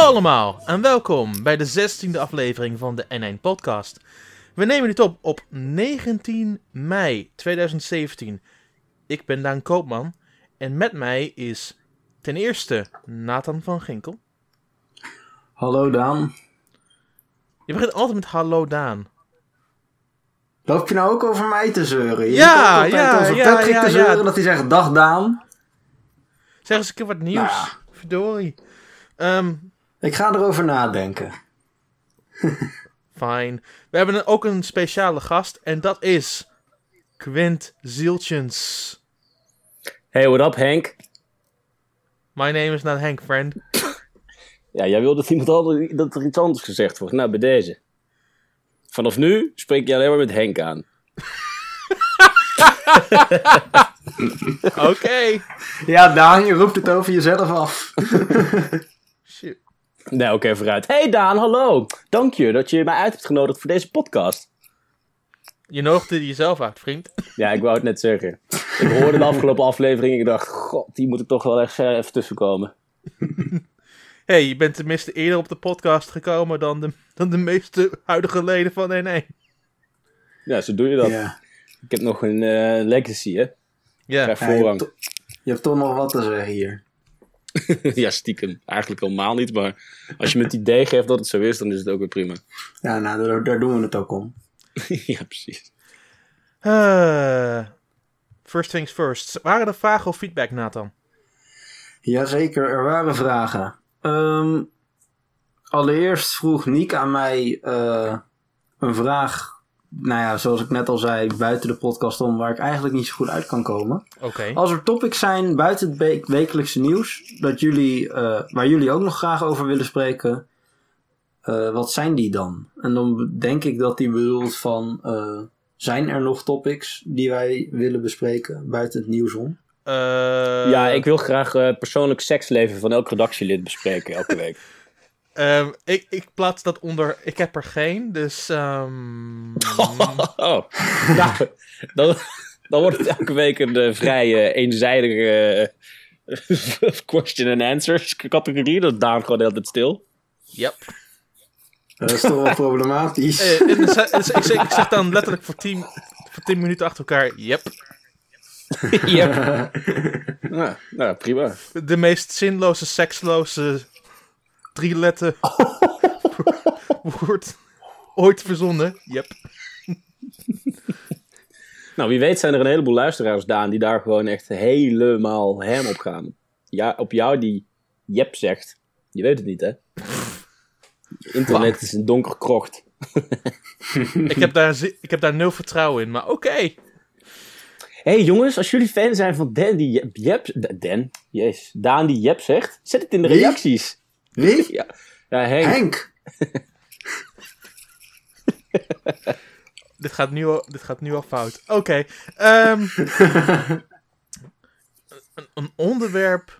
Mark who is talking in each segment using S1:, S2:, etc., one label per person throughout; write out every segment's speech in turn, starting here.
S1: Hallo allemaal en welkom bij de 16e aflevering van de N1 podcast. We nemen dit op 19 mei 2017. Ik ben Daan Koopman en met mij is ten eerste Nathan van Ginkel.
S2: Hallo Daan.
S1: Je begint altijd met hallo Daan.
S2: Loop je nou ook over mij te zeuren? Je
S1: Ja,
S2: loopt altijd over Patrick te zeuren dat hij zegt dag Daan.
S1: Zeg eens een keer wat nieuws.
S2: Nou.
S1: Verdorie.
S2: Ik ga erover nadenken.
S1: Fine. We hebben ook een speciale gast en dat is Quint Zieltjens.
S3: Hey, what up Henk?
S1: My name is not Hank, friend.
S3: Ja, jij wilde dat iemand anders, dat er iets anders gezegd wordt. Nou, bij deze. Vanaf nu spreek je alleen maar met Henk aan.
S1: Oké.
S2: Ja, Daan, je roept het over jezelf af.
S1: Shit.
S3: Nee, oké, vooruit. Hey Daan, hallo. Dank je dat je mij uit hebt genodigd voor deze podcast.
S1: Je nodigde jezelf uit, vriend.
S3: Ja, ik wou het net zeggen. Ik hoorde de afgelopen aflevering en ik dacht, god, die moet ik toch wel echt even tussenkomen.
S1: Hey, je bent tenminste eerder op de podcast gekomen dan de meeste huidige leden van N1.
S3: Ja, zo doe je dat.
S2: Ja.
S3: Ik heb nog een legacy, hè.
S1: Ja.
S3: Krijg
S2: Ja,
S3: voorrang.
S2: je hebt toch nog wat te zeggen hier.
S3: Ja, stiekem. Eigenlijk helemaal niet, maar als je me het idee geeft dat het zo is, dan is het ook weer prima.
S2: Ja, nou, daar doen we het ook om.
S3: Ja, precies.
S1: First things first. Waren er vragen of feedback, Nathan?
S2: Jazeker, er waren vragen. Allereerst vroeg Niek aan mij een vraag, nou ja, zoals ik net al zei, buiten de podcast om, waar ik eigenlijk niet zo goed uit kan komen.
S1: Oké.
S2: Als er topics zijn buiten het wekelijkse nieuws, dat jullie, waar jullie ook nog graag over willen spreken, wat zijn die dan? En dan denk ik dat die bedoelt van, zijn er nog topics die wij willen bespreken buiten het nieuws om?
S3: Ja, ik wil graag persoonlijk seksleven van elk redactielid bespreken elke week.
S1: Ik plaats dat onder. Ik heb er geen, dus.
S3: Oh. Nou, dan wordt het elke week een vrij eenzijdige question and answers categorie. Dat Daan gewoon de hele tijd stil.
S1: Yep.
S2: Dat is toch wel problematisch.
S1: Ik zeg dan letterlijk voor 10 minuten achter elkaar. Yep.
S3: Yep. Nou, prima.
S1: De meest zinloze, seksloze 3-letter woord ooit verzonnen. Yep.
S3: Nou, wie weet zijn er een heleboel luisteraars, Daan, die daar gewoon echt helemaal hem op gaan. Ja, op jou die yep zegt. Je weet het niet, hè? Internet is een donker krocht.
S1: Ik heb daar nul vertrouwen in, maar oké.
S3: Hey jongens, als jullie fan zijn van Daan die Daan die yep zegt, zet het in de
S2: Wie?
S3: reacties.
S2: Wie?
S3: Ja, Henk.
S2: Henk!
S1: Dit gaat nu al fout. Oké. Een onderwerp.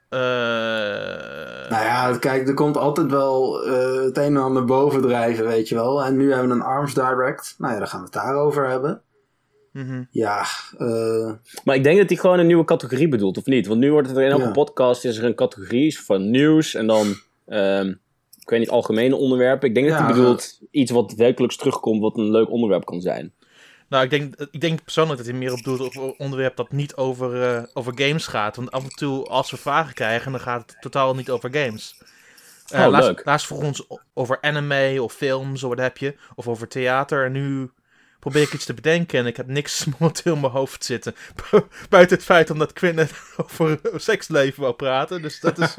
S2: Nou ja, kijk, er komt altijd wel het een en ander bovendrijven, weet je wel. En nu hebben we een Arms Direct. Nou ja, dan gaan we het daarover hebben.
S1: Mhm.
S2: Ja,
S3: Maar ik denk dat hij gewoon een nieuwe categorie bedoelt, of niet? Want nu wordt het er in elke
S2: Ja.
S3: podcast is er een categorie van nieuws en dan, ik weet niet, algemene onderwerpen. Ik denk dat
S2: Ja,
S3: hij bedoelt iets wat wekelijks terugkomt, wat een leuk onderwerp kan zijn.
S1: Nou, ik denk persoonlijk dat hij meer op doet op een onderwerp dat niet over games gaat. Want af en toe, als we vragen krijgen, dan gaat het totaal niet over games.
S3: Leuk.
S1: Laatst vroeg ons over anime of films of wat heb je. Of over theater. En nu probeer ik iets te bedenken en ik heb niks momenteel in mijn hoofd zitten. Buiten het feit omdat Quinn net over seksleven wou praten. Dus dat is...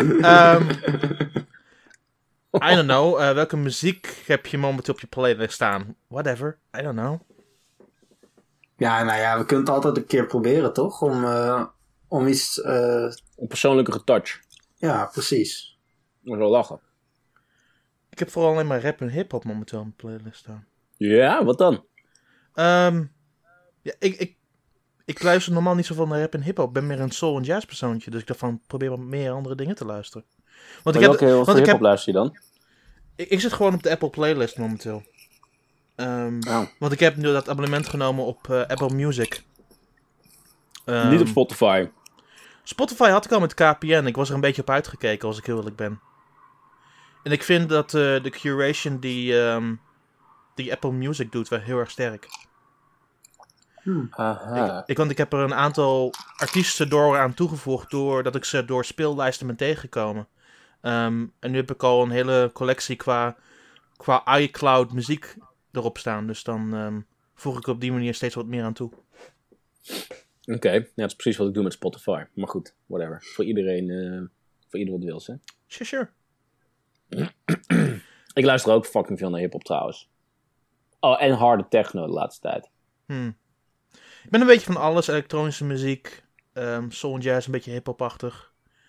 S1: I don't know. Welke muziek heb je momenteel op je playlist staan? Whatever. I don't know.
S2: ja, nou ja, we kunnen het altijd een keer proberen, toch? Om iets...
S3: Een persoonlijke touch.
S2: ja, precies.
S3: Dat is wel lachen.
S1: Ik heb vooral alleen maar rap en hip-hop momenteel op mijn playlist staan.
S3: Ja, wat dan?
S1: Ja, ik luister normaal niet zoveel naar rap en hip-hop. Ik ben meer een soul- en jazz persoontje. Dus ik dacht van, probeer wat meer andere dingen te luisteren. Want
S3: Welke hip-hop luister je dan?
S1: Ik zit gewoon op de Apple playlist momenteel. Want ik heb nu dat abonnement genomen op Apple Music.
S3: Niet op Spotify.
S1: Spotify had ik al met KPN. Ik was er een beetje op uitgekeken, als ik heel eerlijk ben. En ik vind dat de curation die Apple Music doet wel heel erg sterk.
S3: Aha.
S1: Want ik heb er een aantal artiesten door aan toegevoegd doordat ik ze door speellijsten ben tegengekomen. En nu heb ik al een hele collectie qua iCloud muziek erop staan. Dus dan voeg ik op die manier steeds wat meer aan toe.
S3: Oké, ja, dat is precies wat ik doe met Spotify. Maar goed, whatever. Voor iedereen, voor ieder wat wil, hè.
S1: Sure.
S3: Ik luister ook fucking veel naar hiphop trouwens. Oh, en harde techno de laatste tijd.
S1: Ik ben een beetje van alles. Elektronische muziek, soul en jazz, een beetje hiphop-achtig.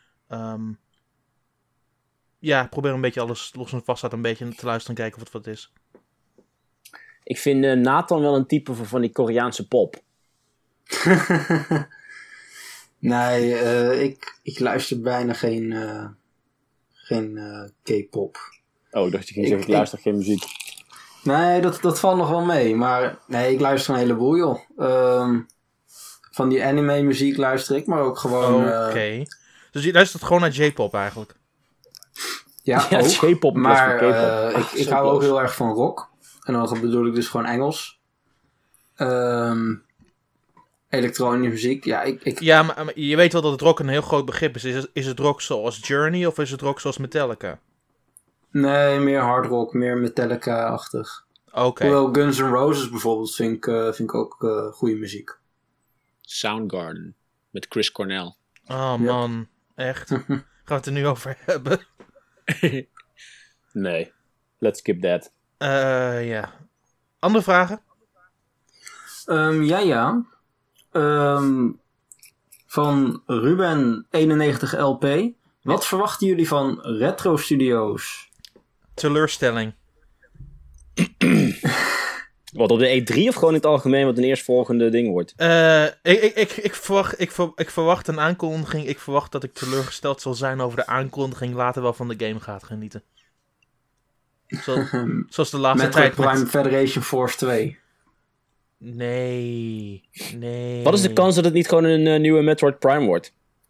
S1: Ja, probeer een beetje alles los en vast staat een beetje te luisteren en kijken of het wat is.
S3: Ik vind Nathan wel een type van die Koreaanse pop.
S2: Nee, ik luister bijna geen K-pop.
S3: Oh, dacht je ging zeggen, ik luister geen muziek.
S2: Nee, dat valt nog wel mee. Maar nee, ik luister een heleboel, joh. Van die anime muziek luister ik, maar ook gewoon...
S1: Oké. Dus je luistert gewoon naar J-pop eigenlijk?
S2: Ja,
S3: Ja,
S2: ook.
S3: J-pop
S2: Maar
S3: K-pop.
S2: ik hou ook heel erg van rock. En dan bedoel ik dus gewoon Engels. Elektronische muziek. Ja,
S1: Ja, maar je weet wel dat het rock een heel groot begrip is. Is het rock zoals Journey of is het rock zoals Metallica?
S2: Nee, meer hard rock, meer Metallica-achtig.
S1: Oké.
S2: Hoewel Guns N' Roses bijvoorbeeld vind ik ook goede muziek.
S4: Soundgarden. Met Chris Cornell.
S1: Oh man, echt? Gaan we het er nu over hebben?
S3: Nee, let's skip that.
S1: Ja. Andere vragen?
S2: Ja. Van Ruben91LP. Wat verwachten jullie van Retro Studios?
S1: Teleurstelling.
S3: Wat, op de E3 of gewoon in het algemeen wat een eerstvolgende ding wordt?
S1: Ik verwacht een aankondiging. Ik verwacht dat ik teleurgesteld zal zijn over de aankondiging. Later wel van de game gaat genieten. Zoals de laatste
S2: Metroid
S1: tijd.
S2: Prime Federation Force 2.
S1: Nee.
S3: Wat is de kans dat het niet gewoon een nieuwe Metroid Prime wordt?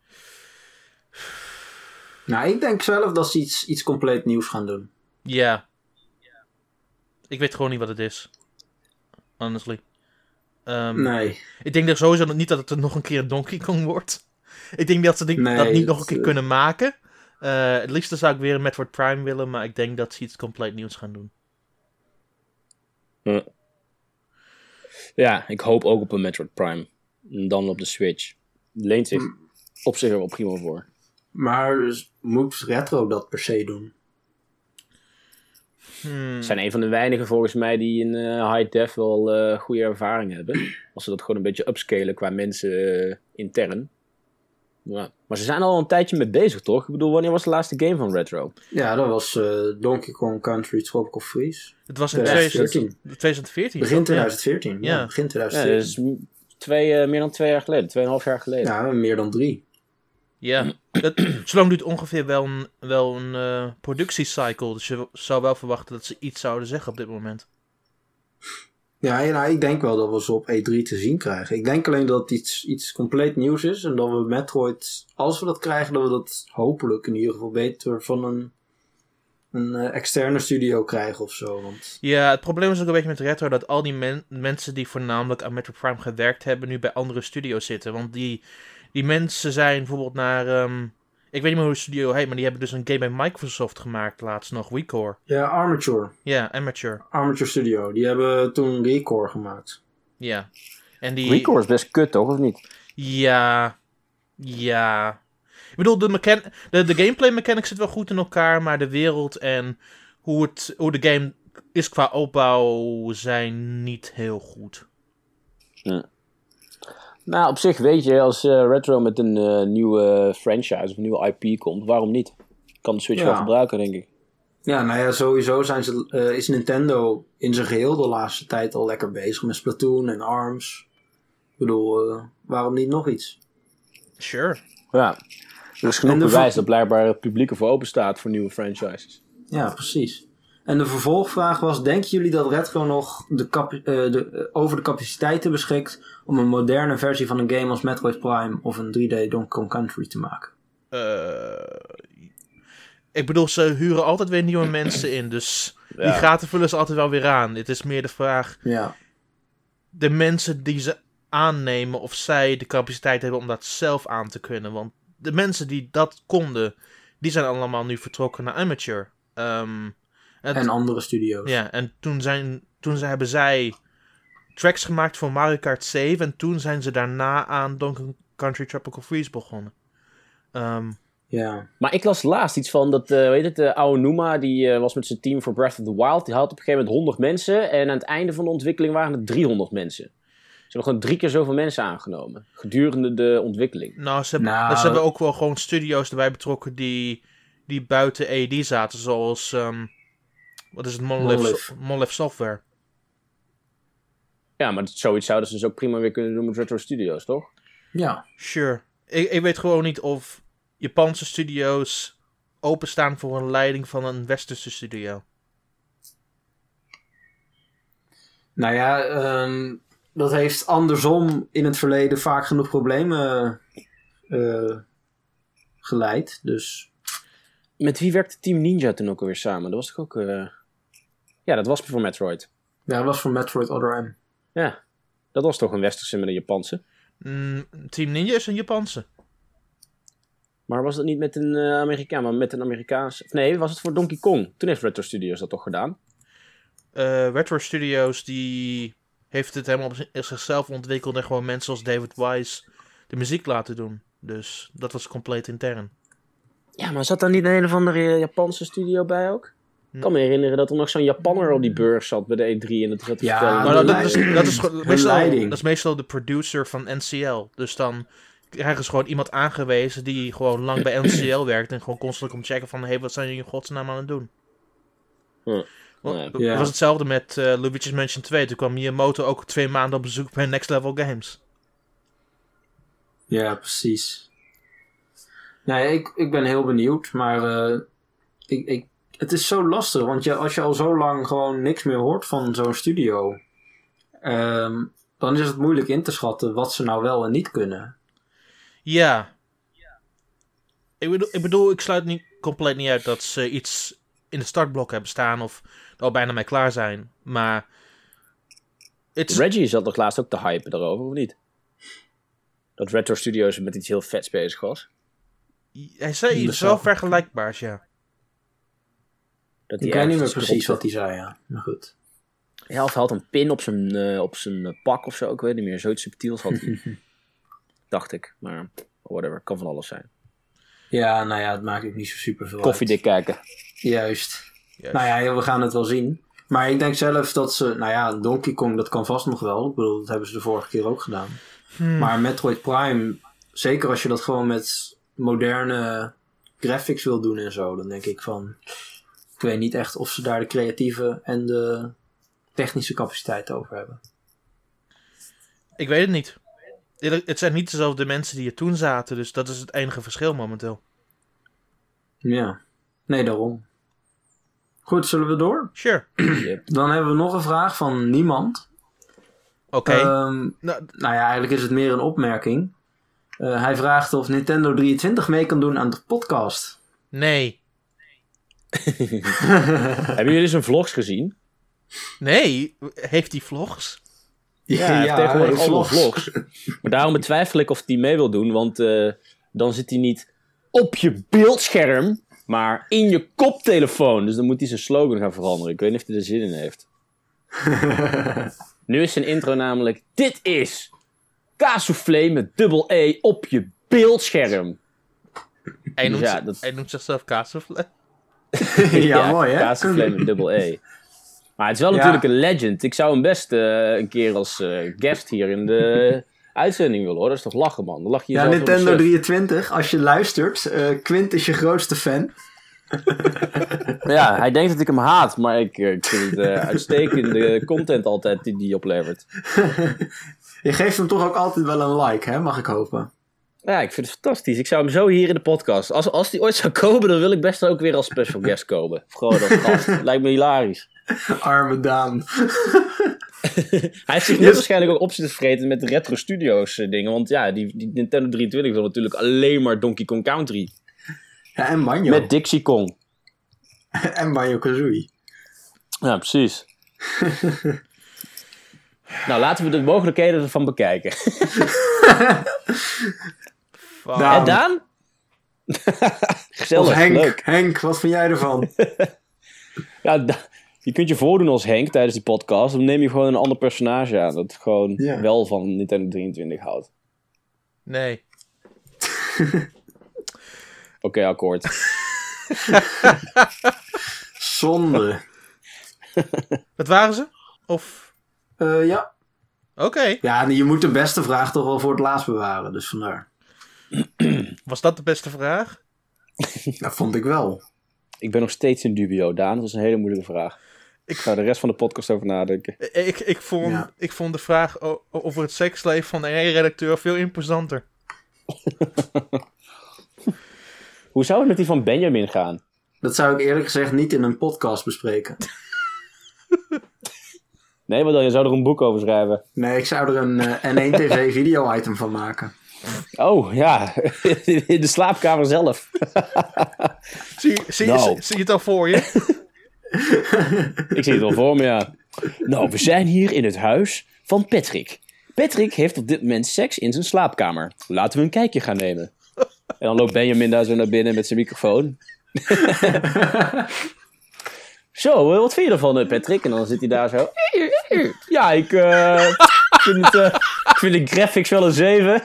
S2: Nou, ik denk zelf dat ze iets compleet nieuws gaan doen.
S1: Ja. Ik weet gewoon niet wat het is. Honestly.
S2: Nee.
S1: Ik denk er sowieso niet dat het nog een keer een Donkey Kong wordt. Ik denk dat ze dat niet nog een keer kunnen maken. Het liefste zou ik weer een Metroid Prime willen, maar ik denk dat ze iets compleet nieuws gaan doen.
S3: Ja, ik hoop ook op een Metroid Prime. En dan op de Switch. Leent zich op zich er wel prima voor.
S2: Maar moet Retro dat per se doen?
S3: Ze zijn een van de weinigen volgens mij die in high def wel goede ervaring hebben. Als ze dat gewoon een beetje upscalen qua mensen intern. Ja. Maar ze zijn al een tijdje mee bezig, toch? Ik bedoel, wanneer was de laatste game van Retro?
S2: Ja, dat was Donkey Kong Country Tropical Freeze.
S1: Het was in 2014.
S2: Begin 2014.
S1: Ja.
S2: Ja, begin
S3: Ja,
S2: 2014.
S3: dus meer dan 2 jaar geleden. 2,5 jaar geleden.
S2: Ja, meer dan 3.
S1: Ja, zo lang duurt ongeveer wel een productiecycle. Dus je zou wel verwachten dat ze iets zouden zeggen op dit moment.
S2: Ja, nou, ik denk wel dat we ze op E3 te zien krijgen. Ik denk alleen dat het iets compleet nieuws is. En dat we Metroid, als we dat krijgen, dat we dat hopelijk in ieder geval beter van een externe studio krijgen of zo. Want...
S1: Ja, het probleem is ook een beetje met Retro dat al die mensen die voornamelijk aan Metroid Prime gewerkt hebben, nu bij andere studio's zitten. Want die mensen zijn bijvoorbeeld naar... ik weet niet meer hoe de studio heet, maar die hebben dus een game bij Microsoft gemaakt laatst nog, WeCore.
S2: Ja, Armature.
S1: Ja, Amateur.
S2: Armature Studio. Die hebben toen Recore gemaakt.
S1: Ja. En die...
S3: Recore is best kut, toch? Of niet?
S1: Ja. Ik bedoel, de gameplay mechanics zit wel goed in elkaar, maar de wereld en hoe de game is qua opbouw zijn niet heel goed.
S3: Ja. Nou, op zich weet je, als Retro met een nieuwe franchise of een nieuwe IP komt, waarom niet? Kan de Switch wel gebruiken, denk ik.
S2: Ja, nou ja, sowieso is Nintendo in zijn geheel de laatste tijd al lekker bezig met Splatoon en ARMS. Ik bedoel, waarom niet nog iets?
S1: Sure.
S3: Ja, er is genoeg bewijs dat blijkbaar het publiek ervoor open staat voor nieuwe franchises.
S2: Ja, precies. En de vervolgvraag was, denken jullie dat Retro nog over de capaciteiten beschikt om een moderne versie van een game als Metroid Prime of een 3D Donkey Kong Country te maken?
S1: Ik bedoel, ze huren altijd weer nieuwe mensen in. Dus die gaten vullen ze altijd wel weer aan. Het is meer de vraag...
S2: Ja.
S1: De mensen die ze aannemen... of zij de capaciteit hebben om dat zelf aan te kunnen. Want de mensen die dat konden... die zijn allemaal nu vertrokken naar Amateur.
S2: En andere studio's.
S1: Ja, en toen hebben zij tracks gemaakt voor Mario Kart 7... en toen zijn ze daarna aan Donkey Country Tropical Freeze begonnen.
S2: Ja.
S3: Maar ik las laatst iets van dat, Aonuma, die was met zijn team voor Breath of the Wild. Die had op een gegeven moment 100 mensen. En aan het einde van de ontwikkeling waren het 300 mensen. Ze hebben gewoon 3 keer zoveel mensen aangenomen. Gedurende de ontwikkeling.
S1: Nou, ze hebben ook wel gewoon studio's erbij betrokken die buiten AD zaten. Zoals, wat is het, Monolith Software.
S3: Ja, maar zoiets zouden ze dus ook prima weer kunnen doen met Retro Studios, toch?
S2: Ja.
S1: Sure. Ik weet gewoon niet of Japanse studio's openstaan voor een leiding van een westerse studio.
S2: Nou ja, dat heeft andersom in het verleden vaak genoeg problemen geleid. Dus...
S3: Met wie werkte Team Ninja toen ook alweer samen? Dat was toch ook... Ja, dat was voor Metroid.
S2: Ja, dat was voor Metroid Other M.
S3: Ja, dat was toch een westerse met een Japanse?
S1: Team Ninja is een Japanse.
S3: Maar was dat niet met een Amerikaan, maar met een Amerikaanse... Nee, was het voor Donkey Kong? Toen heeft Retro Studios dat toch gedaan?
S1: Retro Studios die heeft het helemaal op zichzelf ontwikkeld en gewoon mensen als David Wise de muziek laten doen. Dus dat was compleet intern.
S3: Ja, maar zat daar niet een of andere Japanse studio bij ook? Ik kan me herinneren dat er nog zo'n Japanner op die beurs zat bij de E3 en dat zat te vertellen.
S1: Nou, dat is meestal de producer van NCL. Dus dan krijgen ze gewoon iemand aangewezen die gewoon lang bij NCL werkt en gewoon constant komt checken van, hey, wat zijn jullie in godsnaam aan het doen? Het was hetzelfde met Luigi's Mansion 2. Toen kwam Miyamoto ook 2 maanden op bezoek bij Next Level Games.
S2: Ja, precies. Nee, ik ben heel benieuwd, maar het is zo lastig, want als je al zo lang gewoon niks meer hoort van zo'n studio, dan is het moeilijk in te schatten wat ze nou wel en niet kunnen.
S1: Ja. Ik bedoel, ik sluit compleet niet uit dat ze iets in de startblok hebben staan of al bijna mee klaar zijn, maar...
S3: Reggie zat nog laatst ook te hypen daarover, of niet? Dat Retro Studios met iets heel vets bezig was.
S1: Hij zei iets wel vergelijkbaars, ja.
S2: Ik weet niet meer precies wat hij zei, ja. Maar goed.
S3: Ja, of hij had een pin op zijn pak of zo. Ik weet niet meer. Zoiets subtiels had hij. Dacht ik. Maar whatever. Kan van alles zijn.
S2: Ja, nou ja, het maakt ook niet zo super veel
S3: Koffiedik kijken.
S2: Juist. Nou ja, we gaan het wel zien. Maar ik denk zelf dat ze... Nou ja, Donkey Kong, dat kan vast nog wel. Ik bedoel, dat hebben ze de vorige keer ook gedaan. Maar Metroid Prime... Zeker als je dat gewoon met moderne graphics wil doen en zo. Dan denk ik van... Ik weet niet echt of ze daar de creatieve en de technische capaciteit over hebben.
S1: Ik weet het niet. Het zijn niet dezelfde mensen die er toen zaten. Dus dat is het enige verschil momenteel.
S2: Ja. Nee, daarom. Goed, zullen we door?
S1: Sure.
S2: Dan hebben we nog een vraag van niemand.
S1: Oké.
S2: Nou ja, eigenlijk is het meer een opmerking. Hij vraagt of Nintendo 23 mee kan doen aan de podcast.
S1: Nee.
S3: Hebben jullie zijn vlogs gezien?
S1: Nee. Heeft hij vlogs?
S3: Ja, hij heeft tegenwoordig allemaal vlogs. Maar daarom betwijfel ik of hij mee wil doen. Want dan zit hij niet op je beeldscherm, maar in je koptelefoon. Dus dan moet hij zijn slogan gaan veranderen. Ik weet niet of hij er zin in heeft. Nu is zijn intro namelijk... Dit is Kaassoufflé met dubbel E op je beeldscherm.
S1: Hij noemt zichzelf Kaassoufflé.
S2: Ja, mooi hè?
S3: Kaassoufflé met dubbel E. Maar het is wel natuurlijk een legend. Ik zou hem best een keer als guest hier in de uitzending willen hoor. Dat is toch lachen man. Dan lach je
S2: ja, Nintendo 23, als je luistert. Quint is je grootste fan.
S3: Ja, hij denkt dat ik hem haat. Maar ik vind het uitstekende content altijd die oplevert.
S2: Je geeft hem toch ook altijd wel een like, hè? Mag ik hopen.
S3: Ja, ik vind het fantastisch. Ik zou hem zo hier in de podcast... Als die ooit zou komen, dan wil ik best ook weer als special guest komen. Gewoon als gast. Lijkt me hilarisch.
S2: Arme Daan.
S3: Hij heeft zich net waarschijnlijk ook op zitten vreten met de Retro Studios dingen. Want ja, die Nintendo 23 wil natuurlijk alleen maar Donkey Kong Country.
S2: Ja, en Banjo.
S3: Met Dixie Kong.
S2: En Banjo-Kazooie.
S3: Ja, precies. Nou, laten we de mogelijkheden ervan bekijken.
S2: Daan.
S3: En Daan? Gezellig,
S2: Of Henk.
S3: leuk.
S2: Henk, wat vind jij ervan?
S3: Ja, je kunt je voordoen als Henk tijdens die podcast. Dan neem je gewoon een ander personage aan. Dat gewoon wel van Nintendo 23 houdt.
S1: Nee.
S3: Oké, akkoord.
S2: Zonde.
S1: Wat waren ze? Of...
S2: Ja.
S1: Oké.
S2: Ja, je moet de beste vraag toch wel voor het laatst bewaren. Dus vandaar.
S1: Was dat de beste vraag?
S2: Dat vond ik wel.
S3: Ik ben nog steeds in dubio, Daan. Dat is een hele moeilijke vraag. Ik ga de rest van de podcast over nadenken.
S1: Ik vond de vraag over het seksleven van de redacteur veel imposanter.
S3: Hoe zou het met die van Benjamin gaan?
S2: Dat zou ik eerlijk gezegd niet in een podcast bespreken.
S3: Nee, maar dan? Je zou er een boek over schrijven.
S2: Nee, ik zou er een N1 TV video-item van maken.
S3: Oh, ja. In de slaapkamer zelf.
S1: Zie je het al voor je?
S3: Ik zie het al voor me, ja. Nou, we zijn hier in het huis van Patrick. Patrick heeft op dit moment seks in zijn slaapkamer. Laten we een kijkje gaan nemen. En dan loopt Benjamin daar zo naar binnen met zijn microfoon. Zo, wat vind je ervan, Patrick? En dan zit hij daar zo. Ja, ik vind de graphics wel een 7.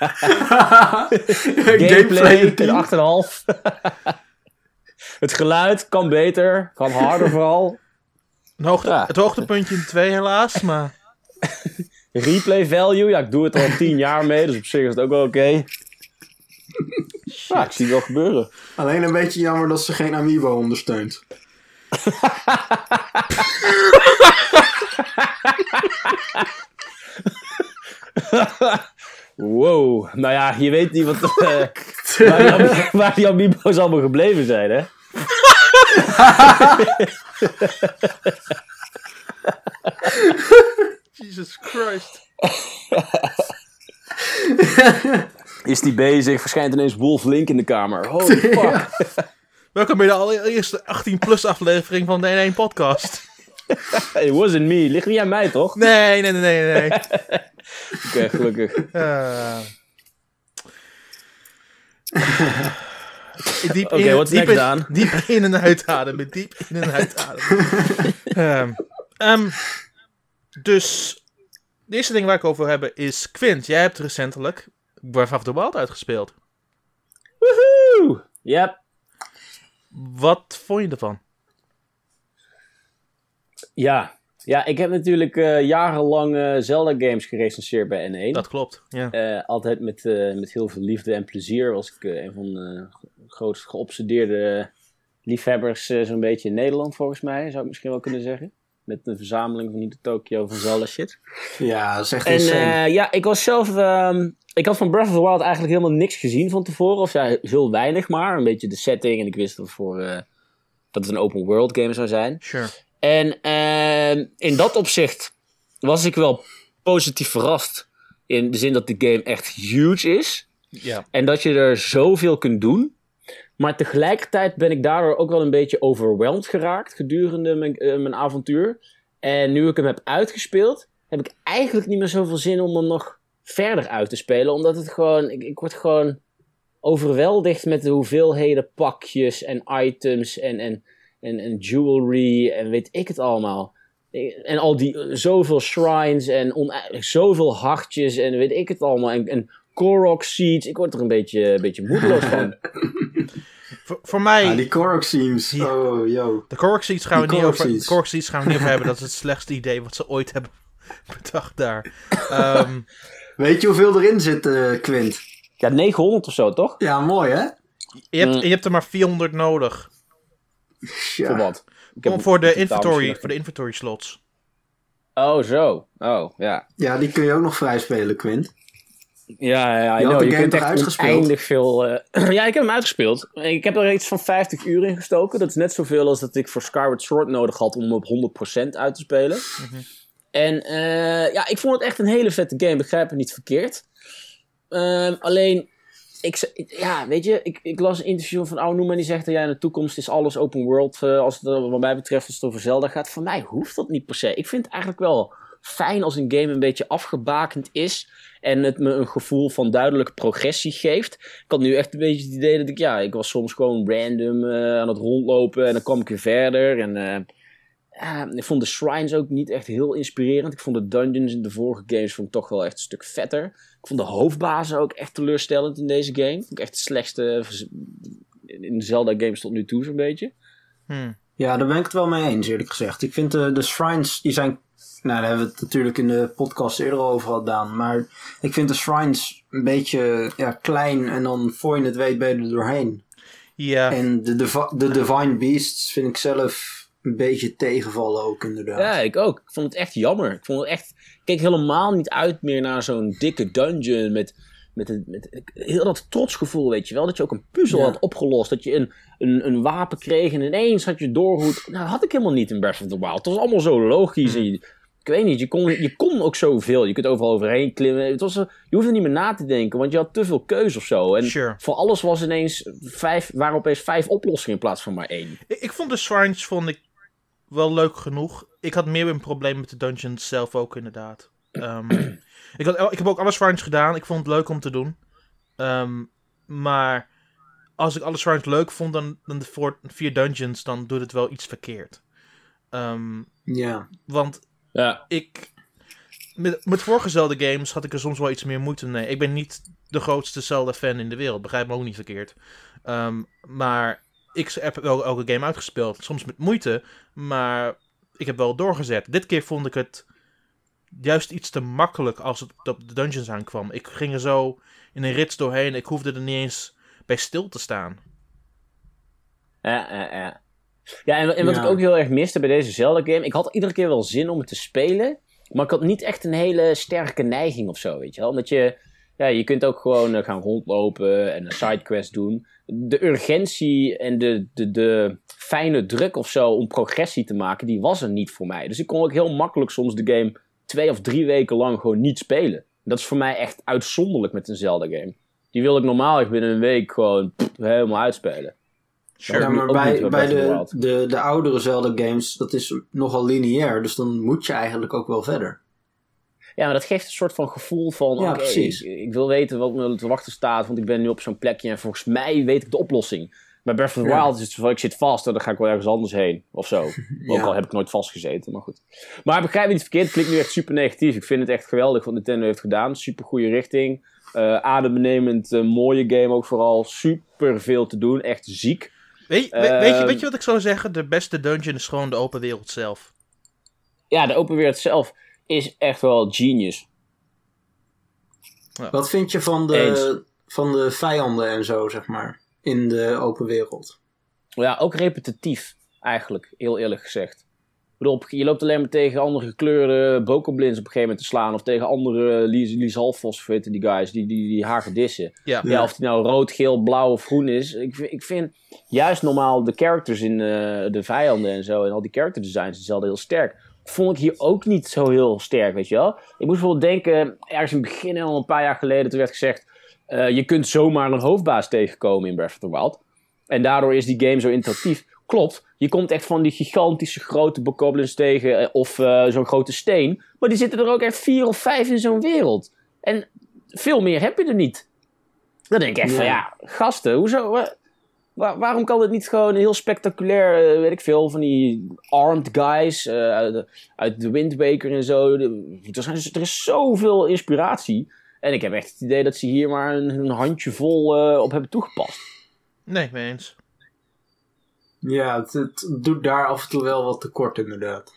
S3: Gameplay een 8,5. Het geluid kan beter, kan harder vooral.
S1: Het hoogtepuntje in 2 helaas, maar...
S3: Replay value, ja, ik doe het al 10 jaar mee, dus op zich is het ook wel oké. Ja, ik zie het wel gebeuren.
S2: Alleen een beetje jammer dat ze geen Amiibo ondersteunt.
S3: Wow, nou ja, je weet niet wat, waar die Amiibo's allemaal gebleven zijn, hè?
S1: Jesus Christ.
S3: Is die bezig? Verschijnt ineens Wolf Link in de kamer. Holy fuck.
S1: Welkom bij de allereerste 18+ aflevering van de N1 podcast.
S3: It wasn't me. Ligt niet aan mij, toch?
S1: Nee.
S3: Oké, gelukkig. Wat is next, Daan?
S1: Diep in en uitademen. Dus, de eerste ding waar ik over heb is... Quint, jij hebt recentelijk Breath of the Wild uitgespeeld.
S3: Woehoe! Yep.
S1: Wat vond je ervan?
S3: Ja, ik heb natuurlijk jarenlang Zelda-games gerecenseerd bij N1.
S1: Dat klopt, ja.
S3: Altijd met heel veel liefde en plezier. Was ik een van de grootst geobsedeerde liefhebbers zo'n beetje in Nederland, volgens mij. Zou ik misschien wel kunnen zeggen. Met een verzameling van Nintendo Tokyo van Zelda shit.
S2: Ja, dat is echt insane.
S3: En ik was zelf... ik had van Breath of the Wild eigenlijk helemaal niks gezien van tevoren. Of ja, heel weinig maar. Een beetje de setting. En ik wist dat het een open world game zou zijn.
S1: Sure.
S3: En in dat opzicht was ik wel positief verrast. In de zin dat de game echt huge is.
S1: Ja.
S3: En dat je er zoveel kunt doen. Maar tegelijkertijd ben ik daardoor ook wel een beetje overweldigd geraakt gedurende mijn avontuur. En nu ik hem heb uitgespeeld, heb ik eigenlijk niet meer zoveel zin om hem nog verder uit te spelen. Omdat het gewoon, ik word gewoon overweldigd met de hoeveelheden pakjes en items en jewelry en weet ik het allemaal. En al die zoveel shrines en zoveel hartjes en weet ik het allemaal. En Korok seeds, ik word er een beetje moedeloos van.
S1: Voor mij...
S2: die Korok seeds. Oh, yo.
S1: De Korok seeds gaan we niet over hebben. Dat is het slechtste idee wat ze ooit hebben bedacht daar.
S2: Weet je hoeveel erin zit, Quint?
S3: Ja, 900 of zo, toch?
S2: Ja, mooi, hè?
S1: Je hebt er maar 400 nodig.
S2: Ja.
S3: Voor wat?
S1: Voor de inventory slots.
S3: Oh, zo. Oh, ja.
S2: Ja, die kun je ook nog vrij spelen, Quint.
S3: Ja,
S2: je had de
S3: je
S2: game
S3: kunt
S2: toch
S3: echt
S2: uitgespeeld?
S3: oneindig veel... Ja, ik heb hem uitgespeeld. Ik heb er iets van 50 uur in gestoken. Dat is net zoveel als dat ik voor Skyward Sword nodig had om hem op 100% uit te spelen. Mm-hmm. En ik vond het echt een hele vette game. Begrijp me niet verkeerd. Alleen, weet je, ik las een interview van Aonuma en die zegt dat in de toekomst is alles open world, als het wat mij betreft als het over Zelda gaat. Voor mij hoeft dat niet per se. Ik vind het eigenlijk wel fijn als een game een beetje afgebakend is en het me een gevoel van duidelijke progressie geeft. Ik had nu echt een beetje het idee dat ik was soms gewoon random aan het rondlopen en dan kwam ik weer verder en ik vond de shrines ook niet echt heel inspirerend. Ik vond de dungeons in de vorige games toch wel echt een stuk vetter. Ik vond de hoofdbazen ook echt teleurstellend in deze game. Vond ik echt de slechtste in de Zelda games tot nu toe zo'n beetje.
S2: Ja, daar ben ik het wel mee eens, eerlijk gezegd. Ik vind de shrines, die zijn... Nou, daar hebben we het natuurlijk in de podcast eerder al over gedaan. Maar ik vind de shrines een beetje klein en dan voor je het weet ben je er doorheen.
S1: Ja.
S2: En de Divine Beasts vind ik zelf een beetje tegenvallen ook, inderdaad.
S3: Ja, ik ook. Ik vond het echt jammer. Ik keek helemaal niet uit meer naar zo'n dikke dungeon met heel dat trotsgevoel, weet je wel. Dat je ook een puzzel had opgelost. Dat je een wapen kreeg en ineens had je doorhoed. Nou, dat had ik helemaal niet in Breath of the Wild. Het was allemaal zo logisch. En ik weet niet, je kon ook zoveel. Je kunt overal overheen klimmen. Je hoefde niet meer na te denken, want je had te veel keus of zo. En voor alles was ineens waren opeens 5 oplossingen in plaats van maar 1.
S1: Ik vond de shrines wel leuk genoeg. Ik had meer een probleem met de dungeons zelf ook, inderdaad. Ik heb ook alle shrines gedaan. Ik vond het leuk om te doen. Maar als ik alle shrines leuk vond, dan de 4 dungeons, dan doet het wel iets verkeerd. Want met vorige Zelda games had ik er soms wel iets meer moeite mee. Ik ben niet de grootste Zelda fan in de wereld. Begrijp me ook niet verkeerd. Maar ik heb wel elke game uitgespeeld. Soms met moeite, maar ik heb wel doorgezet. Dit keer vond ik het juist iets te makkelijk als het op de dungeons aankwam. Ik ging er zo in een rits doorheen. Ik hoefde er niet eens bij stil te staan.
S3: Ja, en wat ik ook heel erg miste bij deze Zelda-game... Ik had iedere keer wel zin om het te spelen... maar ik had niet echt een hele sterke neiging of zo, weet je wel. Omdat je kunt ook gewoon gaan rondlopen en een sidequest doen. De urgentie en de fijne druk of zo om progressie te maken... die was er niet voor mij. Dus ik kon ook heel makkelijk soms de game 2 of 3 weken lang gewoon niet spelen. Dat is voor mij echt uitzonderlijk met een Zelda-game. Die wil ik normaal echt binnen een week gewoon helemaal uitspelen.
S2: Sure. Ja, maar bij de oudere Zelda-games, dat is nogal lineair. Dus dan moet je eigenlijk ook wel verder.
S3: Ja, maar dat geeft een soort van gevoel van... ik wil weten wat me te wachten staat, want ik ben nu op zo'n plekje... en volgens mij weet ik de oplossing. Bij Breath of the Wild is het van, ik zit vast en dan ga ik wel ergens anders heen. Of zo. Ook al heb ik nooit vastgezeten, maar goed. Maar begrijp me niet verkeerd, het klinkt nu echt super negatief. Ik vind het echt geweldig wat Nintendo heeft gedaan. Super goede richting. Adembenemend, mooie game ook vooral. Super veel te doen, echt ziek.
S1: Weet je wat ik zou zeggen? De beste dungeon is gewoon de open wereld zelf.
S3: Ja, de open wereld zelf is echt wel genius.
S2: Ja. Wat vind je van de vijanden en zo, zeg maar, in de open wereld?
S3: Ja, ook repetitief, eigenlijk, heel eerlijk gezegd. Ik bedoel, je loopt alleen maar tegen andere gekleurde bokoblins op een gegeven moment te slaan. Of tegen andere Lysalfos, weten die guys, die hagedissen. Ja, of die nou rood, geel, blauw of groen is. Ik vind juist normaal de characters in de vijanden en zo. En al die character designs is altijd heel sterk. Vond ik hier ook niet zo heel sterk, weet je wel. Ik moest bijvoorbeeld denken, ergens in het begin, al een paar jaar geleden, toen werd gezegd... je kunt zomaar een hoofdbaas tegenkomen in Breath of the Wild. En daardoor is die game zo interactief. Klopt, je komt echt van die gigantische grote bokoblins tegen of zo'n grote steen. Maar die zitten er ook echt 4 of 5 in zo'n wereld. En veel meer heb je er niet. Dan denk ik echt van gasten, hoezo? Waarom kan het niet gewoon heel spectaculair, weet ik veel, van die armed guys uit de Wind Waker en zo. Er is zoveel inspiratie. En ik heb echt het idee dat ze hier maar een handjevol op hebben toegepast.
S1: Nee, mee eens.
S2: Ja, het doet daar af en toe wel wat tekort, inderdaad.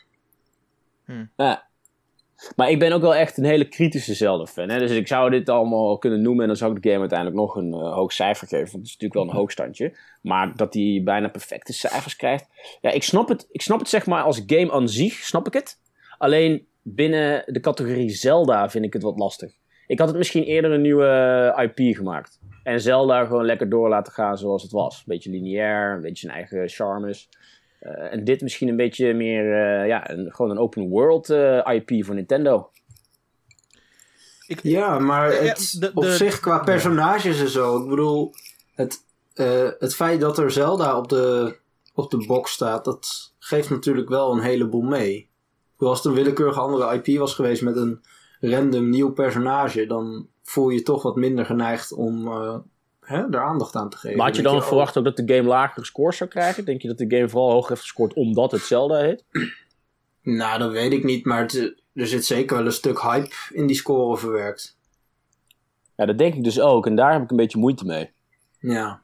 S3: Ja. Maar ik ben ook wel echt een hele kritische Zelda-fan. Hè? Dus ik zou dit allemaal kunnen noemen en dan zou ik de game uiteindelijk nog een hoog cijfer geven. Want het is natuurlijk wel een hoogstandje. Maar dat hij bijna perfecte cijfers krijgt. Ja, ik snap het zeg maar als game aan zich, snap ik het. Alleen binnen de categorie Zelda vind ik het wat lastig. Ik had het misschien eerder een nieuwe IP gemaakt. En Zelda gewoon lekker door laten gaan zoals het was. Een beetje lineair, een beetje zijn eigen charmes. En dit misschien een beetje meer, gewoon een open world IP voor Nintendo.
S2: Ja, maar op zich qua personages en zo. Ik bedoel, het feit dat er Zelda op de box staat, dat geeft natuurlijk wel een heleboel mee. Ik bedoel, als het een willekeurige andere IP was geweest met een random nieuw personage, dan voel je toch wat minder geneigd om er aandacht aan te geven.
S3: Maar had je dan verwacht ook dat de game lagere scores zou krijgen? Denk je dat de game vooral hoger heeft gescoord omdat het Zelda heet?
S2: Nou, dat weet ik niet, maar er zit zeker wel een stuk hype in die score verwerkt.
S3: Ja, dat denk ik dus ook. En daar heb ik een beetje moeite mee.
S2: Ja.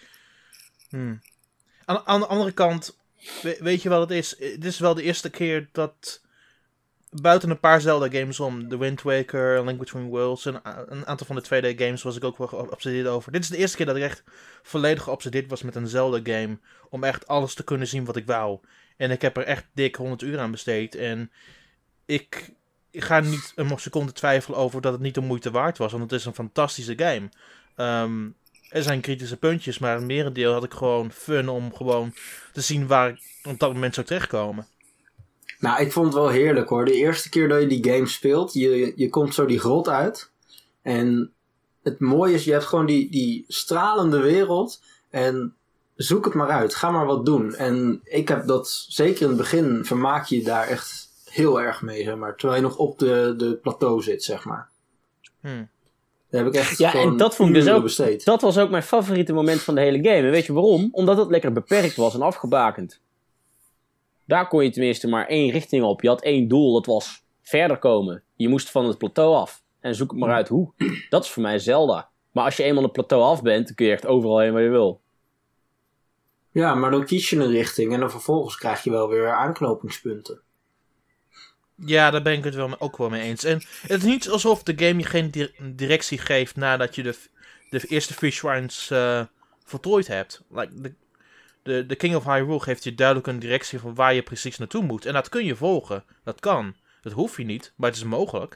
S1: Aan de andere kant, weet je wat het is? Het is wel de eerste keer dat buiten een paar Zelda-games om, The Wind Waker, Link Between Worlds, een aantal van de 2D-games was ik ook wel geobsedeerd over. Dit is de eerste keer dat ik echt volledig geobsedeerd was met een Zelda-game, om echt alles te kunnen zien wat ik wou. En ik heb er echt dik 100 uur aan besteed. En ik ga niet een seconde twijfelen over dat het niet de moeite waard was, want het is een fantastische game. Er zijn kritische puntjes, maar het merendeel had ik gewoon fun om gewoon te zien waar ik op dat moment zou terechtkomen.
S2: Nou, ik vond het wel heerlijk hoor. De eerste keer dat je die game speelt, je komt zo die grot uit. En het mooie is, je hebt gewoon die stralende wereld. En zoek het maar uit. Ga maar wat doen. En ik heb dat, zeker in het begin, vermaak je daar echt heel erg mee, zeg maar. Terwijl je nog op de plateau zit, zeg maar. Daar heb ik echt
S3: en dat vond ik dus ook
S2: besteed.
S3: Dat was ook mijn favoriete moment van de hele game. En weet je waarom? Omdat het lekker beperkt was en afgebakend. Daar kon je tenminste maar één richting op. Je had één doel, dat was verder komen. Je moest van het plateau af. En zoek het maar uit hoe. Dat is voor mij Zelda. Maar als je eenmaal het plateau af bent, dan kun je echt overal heen waar je wil.
S2: Ja, maar dan kies je een richting en dan vervolgens krijg je wel weer aanknopingspunten.
S1: Ja, daar ben ik het ook wel mee eens. En het is niet alsof de game je geen directie geeft nadat je de eerste 3 shrines voltooid hebt. Like, de King of Hyrule geeft je duidelijk een directie van waar je precies naartoe moet. En dat kun je volgen. Dat kan. Dat hoef je niet, maar het is mogelijk.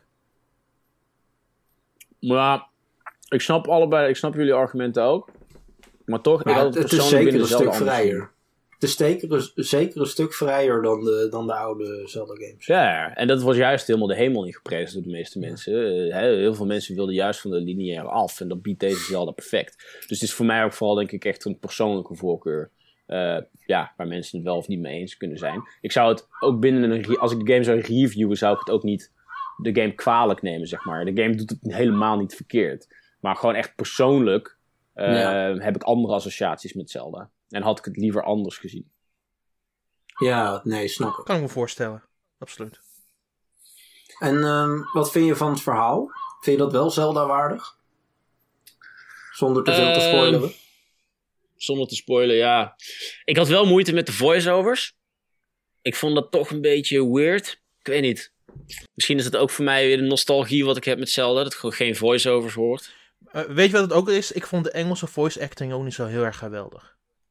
S3: Maar ik snap jullie argumenten ook. Maar toch,
S2: Maar
S3: ik had
S2: het is zeker een stuk vrijer. Het is zeker een stuk vrijer dan de oude Zelda games.
S3: Ja, en dat was juist helemaal de hemel in geprezen door de meeste mensen. Heel veel mensen wilden juist van de lineaire af. En dat biedt deze Zelda perfect. Dus het is voor mij ook vooral denk ik echt een persoonlijke voorkeur. Waar mensen het wel of niet mee eens kunnen zijn. Ik zou het ook als ik de game zou reviewen, zou ik het ook niet de game kwalijk nemen, zeg maar. De game doet het helemaal niet verkeerd. Maar gewoon echt persoonlijk heb ik andere associaties met Zelda. En had ik het liever anders gezien.
S2: Ja, nee, snap ik.
S1: Kan ik me voorstellen. Absoluut.
S2: En wat vind je van het verhaal? Vind je dat wel Zelda-waardig? Zonder te veel te spoileren.
S4: Zonder te spoilen, ja. Ik had wel moeite met de voice-overs. Ik vond dat toch een beetje weird. Ik weet niet. Misschien is het ook voor mij weer de nostalgie wat ik heb met Zelda. Dat ik gewoon geen voice-overs hoort.
S1: Weet je wat het ook is? Ik vond de Engelse voice acting ook niet zo heel erg geweldig.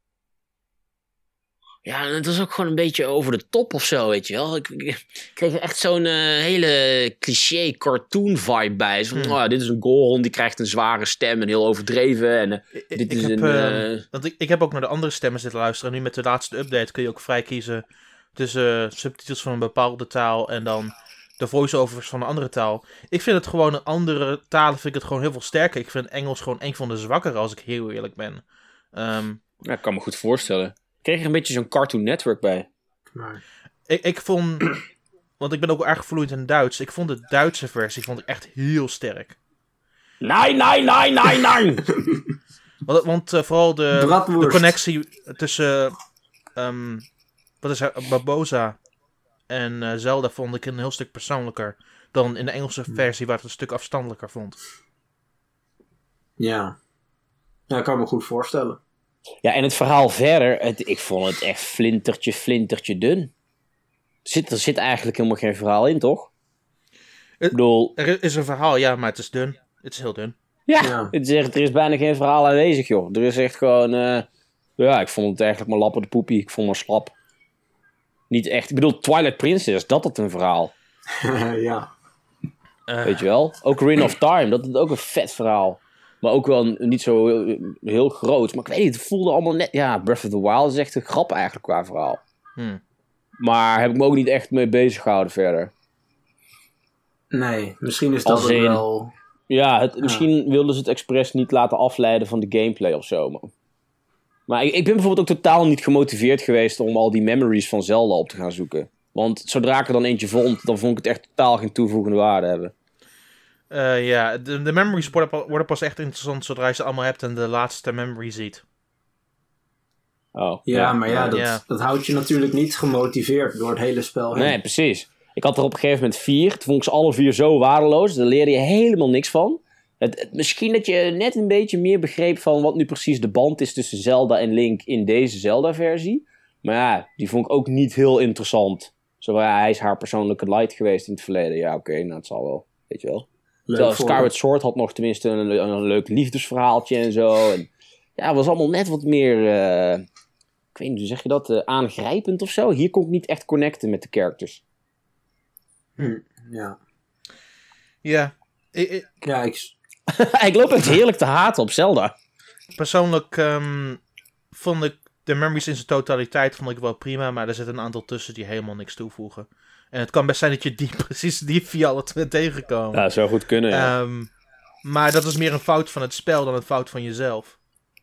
S4: Ja, het was ook gewoon een beetje over de top of zo, weet je wel. Ik kreeg er echt zo'n hele cliché cartoon vibe bij. Zo, dit is een Goron, die krijgt een zware stem en heel overdreven. En
S1: ik heb ook naar de andere stemmen zitten luisteren. En nu met de laatste update kun je ook vrij kiezen tussen subtitels van een bepaalde taal en dan de voice-overs van een andere taal. Ik vind het gewoon, een andere talen vind ik het gewoon heel veel sterker. Ik vind Engels gewoon een van de zwakkere, als ik heel eerlijk ben.
S3: Ja, ik kan me goed voorstellen. Ik kreeg er een beetje zo'n Cartoon Network bij.
S1: Ik vond, want ik ben ook erg vloeiend in Duits. Ik vond de Duitse versie echt heel sterk.
S3: Nee.
S1: Want vooral de connectie tussen Barbosa en Zelda vond ik een heel stuk persoonlijker dan in de Engelse versie, waar het een stuk afstandelijker vond.
S2: Ja, ik kan me goed voorstellen.
S3: Ja, en het verhaal verder, ik vond het echt flintertje dun. Er zit eigenlijk helemaal geen verhaal in, toch? Ik bedoel...
S1: Er is een verhaal, ja, maar het is dun. Het is heel dun.
S3: Ja. Er is bijna geen verhaal aanwezig, joh. Er is echt gewoon... ik vond het eigenlijk maar lappen de poepie. Ik vond het slap. Niet echt... Ik bedoel, Twilight Princess, dat het een verhaal.
S2: Ja.
S3: Weet je wel? Ook Ring of Time, dat is ook een vet verhaal. Maar ook wel niet zo heel groot. Maar ik weet niet, het voelde allemaal net... Ja, Breath of the Wild is echt een grap eigenlijk qua verhaal. Maar heb ik me ook niet echt mee bezig gehouden verder.
S2: Nee, misschien is dat
S3: Als
S2: het
S3: in-
S2: wel...
S3: Ja, misschien wilden ze het expres niet laten afleiden van de gameplay of zo. Maar ik ben bijvoorbeeld ook totaal niet gemotiveerd geweest om al die memories van Zelda op te gaan zoeken. Want zodra ik er dan eentje vond, dan vond ik het echt totaal geen toevoegende waarde hebben.
S1: De memories worden pas echt interessant zodra je ze allemaal hebt en de laatste memory ziet.
S3: Oh,
S2: Ja, maar
S1: Ja.
S2: dat houdt je natuurlijk niet gemotiveerd door het hele spel heen.
S3: Nee, precies. Ik had er op een gegeven moment 4. Toen vond ik ze alle 4 zo waardeloos. Daar leerde je helemaal niks van. Misschien dat je net een beetje meer begreep van wat nu precies de band is tussen Zelda en Link in deze Zelda-versie. Maar ja, die vond ik ook niet heel interessant. Zo, ja, hij is haar persoonlijke light geweest in het verleden. Ja, oké, nou, het zal wel. Weet je wel.
S2: Leuk
S3: Terwijl
S2: voor
S3: Skyward Sword had nog tenminste een leuk liefdesverhaaltje en zo. En ja, het was allemaal net wat meer... ik weet niet, hoe zeg je dat? Aangrijpend of zo. Hier kon ik niet echt connecten met de characters.
S2: Ja.
S1: Ja,
S2: Ja,
S3: Ik loop echt heerlijk te haten op Zelda.
S1: persoonlijk vond ik de memories in zijn totaliteit vond ik wel prima, maar er zit een aantal tussen die helemaal niks toevoegen. En het kan best zijn dat je precies die via alle twee tegenkomen.
S3: Ja, dat zou goed kunnen, ja.
S1: Maar dat is meer een fout van het spel dan een fout van jezelf.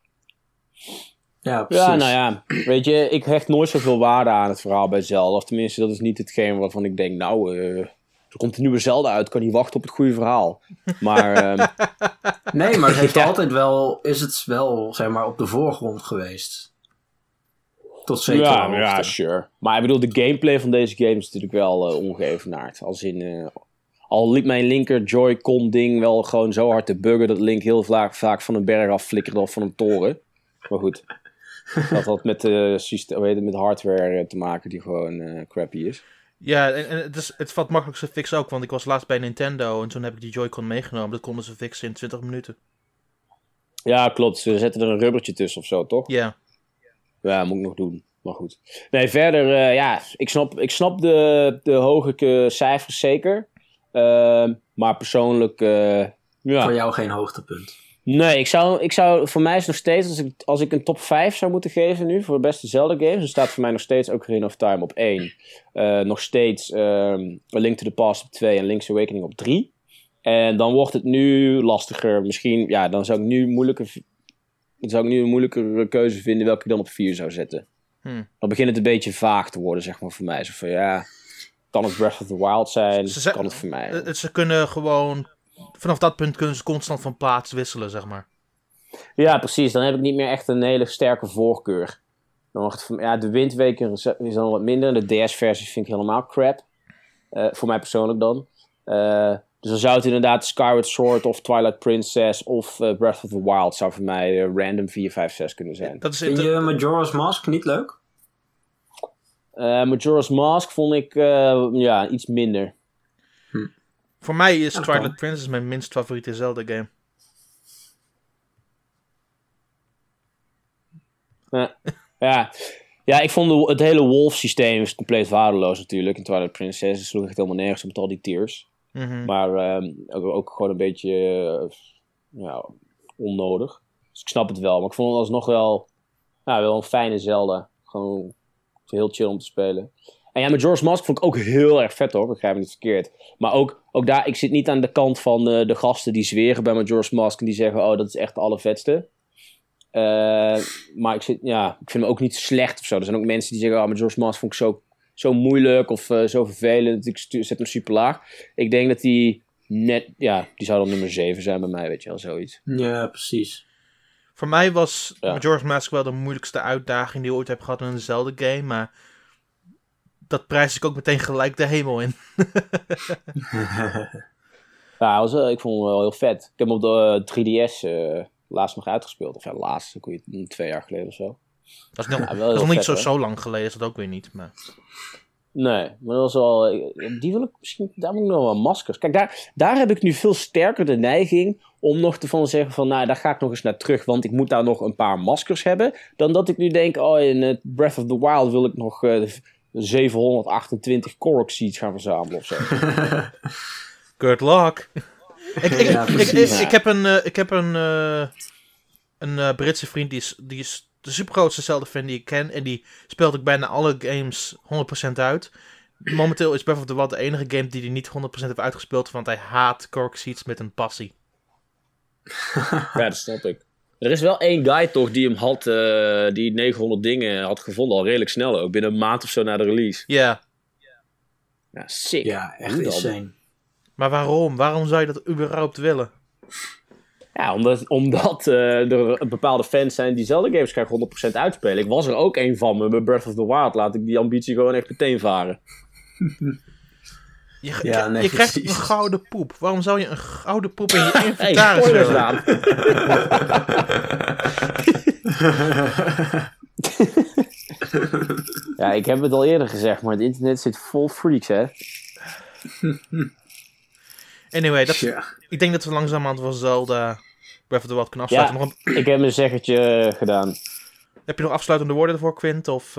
S2: ja, precies.
S3: Ja, nou ja, weet je, ik hecht nooit zoveel waarde aan het verhaal bij Zelda. Of tenminste, dat is niet hetgeen waarvan ik denk, nou, er komt een nieuwe Zelda uit, kan niet wachten op het goede verhaal. Maar,
S2: Nee, maar het heeft
S3: Ja.
S2: altijd wel... Is het wel, zeg maar, op de voorgrond geweest. Tot zeker
S3: ja, sure. Maar ik bedoel, de gameplay van deze game is natuurlijk wel ongeëvenaard. Als in, al liep mijn linker Joy-Con ding wel gewoon zo hard te buggen dat Link heel vaak van een berg af flikkerde of van een toren. Maar goed, dat had met, met hardware te maken die gewoon crappy is.
S1: Ja, en het valt makkelijk te fixen ook, want ik was laatst bij Nintendo en toen heb ik die Joy-Con meegenomen. Dat konden ze fixen in 20 minuten.
S3: Ja, klopt. Ze zetten er een rubbertje tussen of zo, toch?
S1: Ja.
S3: Ja, moet ik nog doen. Maar goed. Nee, verder, ja, ik snap de hoge cijfers zeker. Maar persoonlijk, ja.
S2: Voor jou geen hoogtepunt.
S3: Nee, ik zou, voor mij is nog steeds, als ik een top 5 zou moeten geven nu voor de beste Zelda games, dan staat voor mij nog steeds Ocarina of Time op 1. Nog steeds A Link to the Past op 2 en Link's Awakening op 3. En dan wordt het nu lastiger. Misschien, ja, dan zou ik nu een moeilijkere keuze vinden welke ik dan op 4 zou zetten. Dan begint het een beetje vaag te worden, zeg maar, voor mij. Zo van, ja, kan het Breath of the Wild zijn? Kan het voor mij?
S1: Ze kunnen gewoon... Vanaf dat punt kunnen ze constant van plaats wisselen, zeg maar.
S3: Ja, precies. Dan heb ik niet meer echt een hele sterke voorkeur. Dan wordt het, ja, de Wind Waker is dan wat minder. De DS-versies vind ik helemaal crap. Voor mij persoonlijk dan. Dus dan zou het inderdaad Skyward Sword of Twilight Princess of Breath of the Wild zou voor mij random 4, 5, 6 kunnen zijn.
S1: Dat is
S2: Vind je Majora's Mask niet leuk?
S3: Majora's Mask vond ik ja, iets minder.
S1: Voor mij is
S2: dat
S1: Twilight
S2: kan.
S1: Princess mijn minst favoriete Zelda-game.
S3: Ja, ik vond het hele wolf-systeem is compleet waardeloos natuurlijk. In Twilight Princess het sloeg echt helemaal nergens op met al die tiers. Maar ook gewoon een beetje ja, onnodig. Dus ik snap het wel. Maar ik vond het alsnog wel een fijne Zelda. Gewoon heel chill om te spelen. En ja, Majora's Mask vond ik ook heel erg vet hoor. Begrijp me niet verkeerd. Maar ook daar, ik zit niet aan de kant van de gasten die zweren bij Majora's Mask. En die zeggen, oh dat is echt de allervetste. Maar ik vind hem ook niet slecht of zo. Er zijn ook mensen die zeggen, oh Majora's Mask vond ik zo moeilijk of zo vervelend. Ik zet hem super laag. Ik denk dat die die zou dan nummer 7 zijn bij mij, weet je wel, zoiets.
S2: Ja, precies.
S1: Voor mij was Majora's Mask wel de moeilijkste uitdaging die ik ooit heb gehad in een Zelda-game, maar dat prijs ik ook meteen gelijk de hemel in.
S3: Ja, ik vond hem wel heel vet. Ik heb hem op de 3DS laatst nog uitgespeeld. Of ja, laatst, 2 jaar geleden of zo.
S1: Dat is nog,
S3: Ja, wel
S1: dat is
S3: heel
S1: nog niet
S3: vet,
S1: zo lang geleden, is dat ook weer niet. Maar...
S3: Nee, maar dat was wel... Die wil ik misschien... Daar moet ik nog wel maskers... Kijk, daar heb ik nu veel sterker de neiging om nog te van zeggen van... Nou, daar ga ik nog eens naar terug, want ik moet daar nog een paar maskers hebben. Dan dat ik nu denk, in Breath of the Wild wil ik nog 728 Korok Seeds gaan verzamelen of zo.
S1: Good luck.
S2: Ja, precies.
S1: Ik heb een Britse vriend, die is de supergrootste Zelda-fan die ik ken. En die speelt ook bijna alle games 100% uit. momenteel is Breath of the Wild de enige game die hij niet 100% heeft uitgespeeld, want hij haat Cork Seeds met een passie.
S3: Ja, dat snap ik. Er is wel één guy toch die hem had, die 900 dingen had gevonden, al redelijk snel ook, binnen een maand of zo na de release.
S1: Ja.
S3: Ja, sick.
S2: Ja, echt
S3: Hoe dan?
S2: insane.
S1: Maar waarom? Waarom zou je dat überhaupt willen?
S3: Ja, omdat er bepaalde fans zijn die Zelda games graag 100% uitspelen. Ik was er ook één van me bij Breath of the Wild. Laat ik die ambitie gewoon echt meteen varen.
S1: Je
S2: nee,
S1: krijgt
S2: precies.
S1: een gouden poep. Waarom zou je een gouden poep in je
S3: Hey,
S1: inventaris
S3: spoilers
S1: willen?
S3: aan. Ja, ik heb het al eerder gezegd, maar het internet zit vol freaks, hè.
S1: Anyway,
S2: Ja.
S1: ik denk dat we langzamerhand wel Zelda Breath of the Wild kunnen afsluiten.
S3: Ja, ik heb mijn zeggertje gedaan.
S1: Heb je nog afsluitende woorden ervoor, Quint? Of,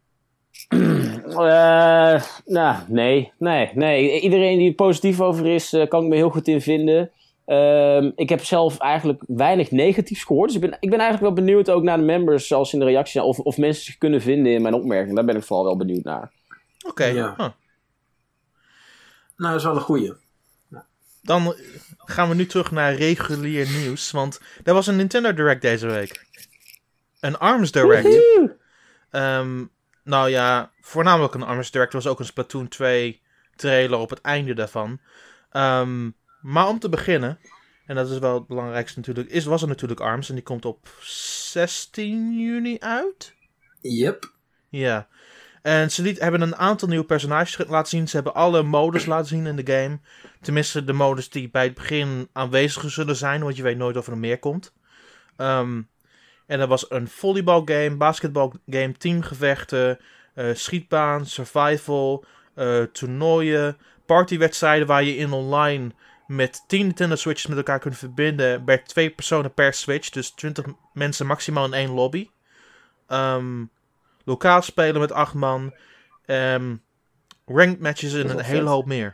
S3: Nee. Iedereen die er positief over is, kan ik me heel goed in vinden. Ik heb zelf eigenlijk weinig negatiefs gehoord. Dus ik ben eigenlijk wel benieuwd ook naar de members, als in de reactie, of mensen zich kunnen vinden in mijn opmerking. Daar ben ik vooral wel benieuwd naar.
S1: Oké.
S2: Ja. Nou, dat is wel een goeie.
S1: Dan gaan we nu terug naar regulier nieuws. Want er was een Nintendo Direct deze week. Een ARMS Direct. Nou ja, voornamelijk een ARMS Direct. Er was ook een Splatoon 2 trailer op het einde daarvan. Maar om te beginnen, en dat is wel het belangrijkste natuurlijk, was er natuurlijk ARMS. En die komt op 16 juni uit.
S2: Yep.
S1: Ja. En ze hebben een aantal nieuwe personages laten zien. Ze hebben alle modus laten zien in de game. Tenminste, de modus die bij het begin aanwezig zullen zijn. Want je weet nooit of er meer komt. En er was een volleybalgame, basketbalgame, teamgevechten, schietbaan, survival, toernooien, partywedstrijden waar je in online met 10 Nintendo Switches met elkaar kunt verbinden. Bij 2 personen per Switch. Dus 20 mensen maximaal in 1 lobby. Lokaal spelen met 8 man. Ranked matches en een hele hoop meer.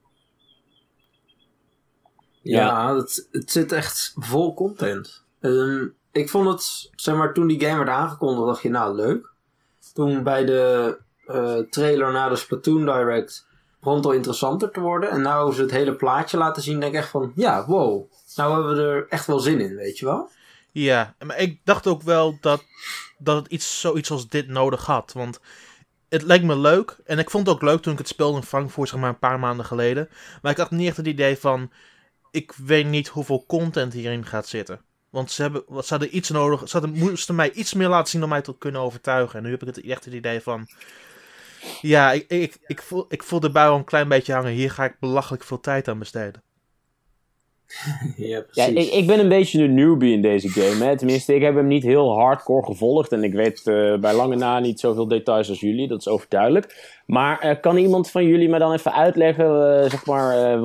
S2: Ja, het zit echt vol content. Ik vond het, zeg maar, toen die game werd aangekondigd, dacht je, nou, leuk. Toen bij de trailer na de Splatoon Direct begon het al interessanter te worden. En nou ze het hele plaatje laten zien, denk ik echt van, ja, wow. Nou hebben we er echt wel zin in, weet je wel?
S1: Ja, maar ik dacht ook wel dat het zoiets als dit nodig had. Want het leek me leuk. En ik vond het ook leuk toen ik het speelde in Frankfurt, zeg maar een paar maanden geleden. Maar ik had niet echt het idee van, ik weet niet hoeveel content hierin gaat zitten. Want ze hadden iets nodig. Ze moesten mij iets meer laten zien om mij te kunnen overtuigen. En nu heb ik echt het idee van, ja, ik voel de bui al een klein beetje hangen. Hier ga ik belachelijk veel tijd aan besteden.
S2: Ja,
S3: Ja,
S2: precies.
S3: ik ben een beetje een newbie in deze game. Hè. Tenminste, ik heb hem niet heel hardcore gevolgd. En ik weet bij lange na niet zoveel details als jullie. Dat is overduidelijk. Maar kan iemand van jullie me dan even uitleggen, zeg maar,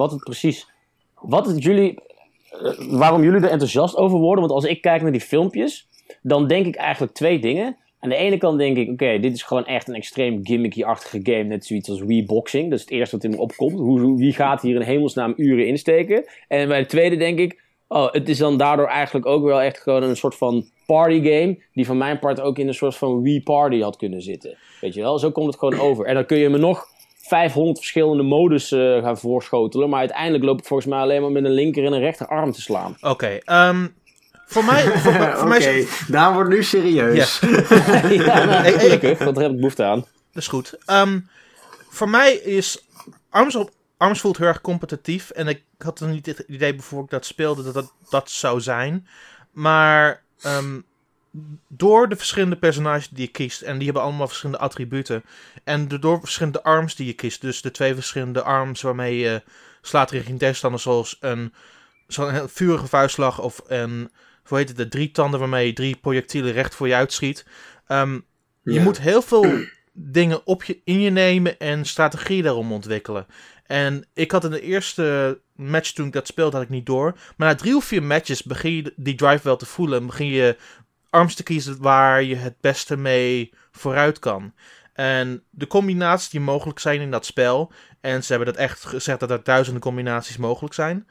S3: waarom jullie er enthousiast over worden? Want als ik kijk naar die filmpjes, dan denk ik eigenlijk 2 dingen. Aan de ene kant denk ik, oké, dit is gewoon echt een extreem gimmicky-achtige game. Net zoiets als Wii Boxing. Dat is het eerste wat in me opkomt. Wie gaat hier in hemelsnaam uren insteken? En bij de tweede denk ik, het is dan daardoor eigenlijk ook wel echt gewoon een soort van partygame. Die van mijn part ook in een soort van Wii Party had kunnen zitten. Weet je wel, zo komt het gewoon over. En dan kun je me nog 500 verschillende modus gaan voorschotelen. Maar uiteindelijk loop ik volgens mij alleen maar met een linker en een rechterarm te slaan.
S1: Oké, voor mij...
S2: Oké, Daan wordt nu serieus.
S1: Ja.
S3: Ja, nou, gelukkig, want daar heb ik behoefte aan.
S1: Dat is goed. Voor mij is ARMS voelt heel erg competitief. En ik had er niet het idee voor ik dat speelde dat zou zijn. Maar door de verschillende personages die je kiest. En die hebben allemaal verschillende attributen. En door verschillende arms die je kiest. Dus de 2 verschillende arms waarmee je slaat richting tegenstander. Zoals zo'n vurige vuistslag. Of de 3 tanden waarmee je 3 projectielen recht voor je uitschiet. Je moet heel veel dingen in je nemen en strategie daarom ontwikkelen. En ik had in de eerste match toen ik dat speelde, had ik niet door. Maar na 3 of 4 matches begin je die drive wel te voelen. En begin je arms te kiezen waar je het beste mee vooruit kan. En de combinaties die mogelijk zijn in dat spel, en ze hebben dat echt gezegd dat er duizenden combinaties mogelijk zijn,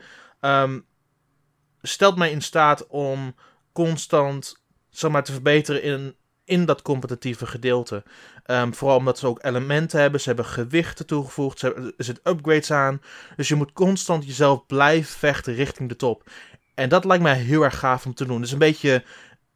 S1: stelt mij in staat om constant, zeg maar, te verbeteren in dat competitieve gedeelte. Vooral omdat ze ook elementen hebben. Ze hebben gewichten toegevoegd. Er zitten upgrades aan. Dus je moet constant jezelf blijven vechten richting de top. En dat lijkt mij heel erg gaaf om te doen. Dus een beetje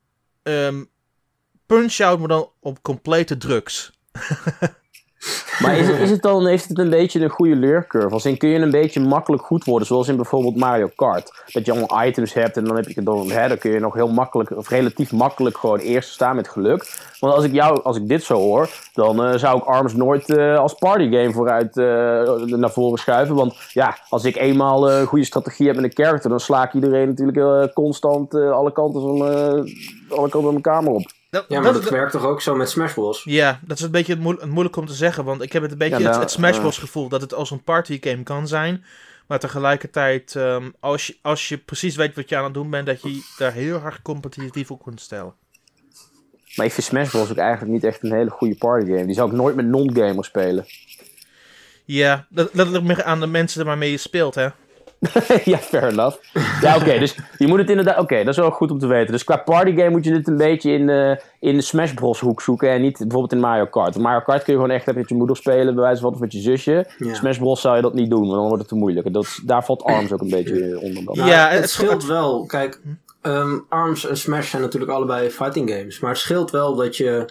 S1: Punch-Out, maar dan op complete drugs.
S3: Maar is het dan, heeft het een beetje een goede leercurve? Als in, kun je een beetje makkelijk goed worden, zoals in bijvoorbeeld Mario Kart. Dat je allemaal items hebt en dan heb je dan kun je nog heel makkelijk, of relatief makkelijk gewoon eerst staan met geluk. Want als ik dit zo hoor, dan zou ik ARMS nooit als partygame vooruit naar voren schuiven. Want ja, als ik eenmaal een goede strategie heb met een character, dan sla ik iedereen natuurlijk constant alle kanten van mijn kamer op.
S2: Ja, maar dat werkt toch ook zo met Smash Bros?
S1: Ja, dat is een beetje moeilijk om te zeggen, want ik heb het een beetje het Smash Bros gevoel dat het als een partygame kan zijn, maar tegelijkertijd, als je precies weet wat je aan het doen bent, dat je daar heel erg competitief op kunt stellen.
S3: Maar ik vind Smash Bros ook eigenlijk niet echt een hele goede partygame. Die zou ik nooit met non-gamers spelen.
S1: Ja, dat ligt meer aan de mensen waarmee je speelt, hè?
S3: Ja, fair enough. Ja, oké, dus je moet het inderdaad... Oké, dat is wel goed om te weten. Dus qua partygame moet je dit een beetje in de Smash Bros hoek zoeken en niet bijvoorbeeld in Mario Kart. In Mario Kart kun je gewoon echt met je moeder spelen, bij wijze van of met je zusje. Ja. Smash Bros zou je dat niet doen, want dan wordt het te moeilijk. Daar valt ARMS ook een beetje onder.
S2: Nou, ja, het scheelt wel. Kijk, ARMS en Smash zijn natuurlijk allebei fighting games, maar het scheelt wel dat je...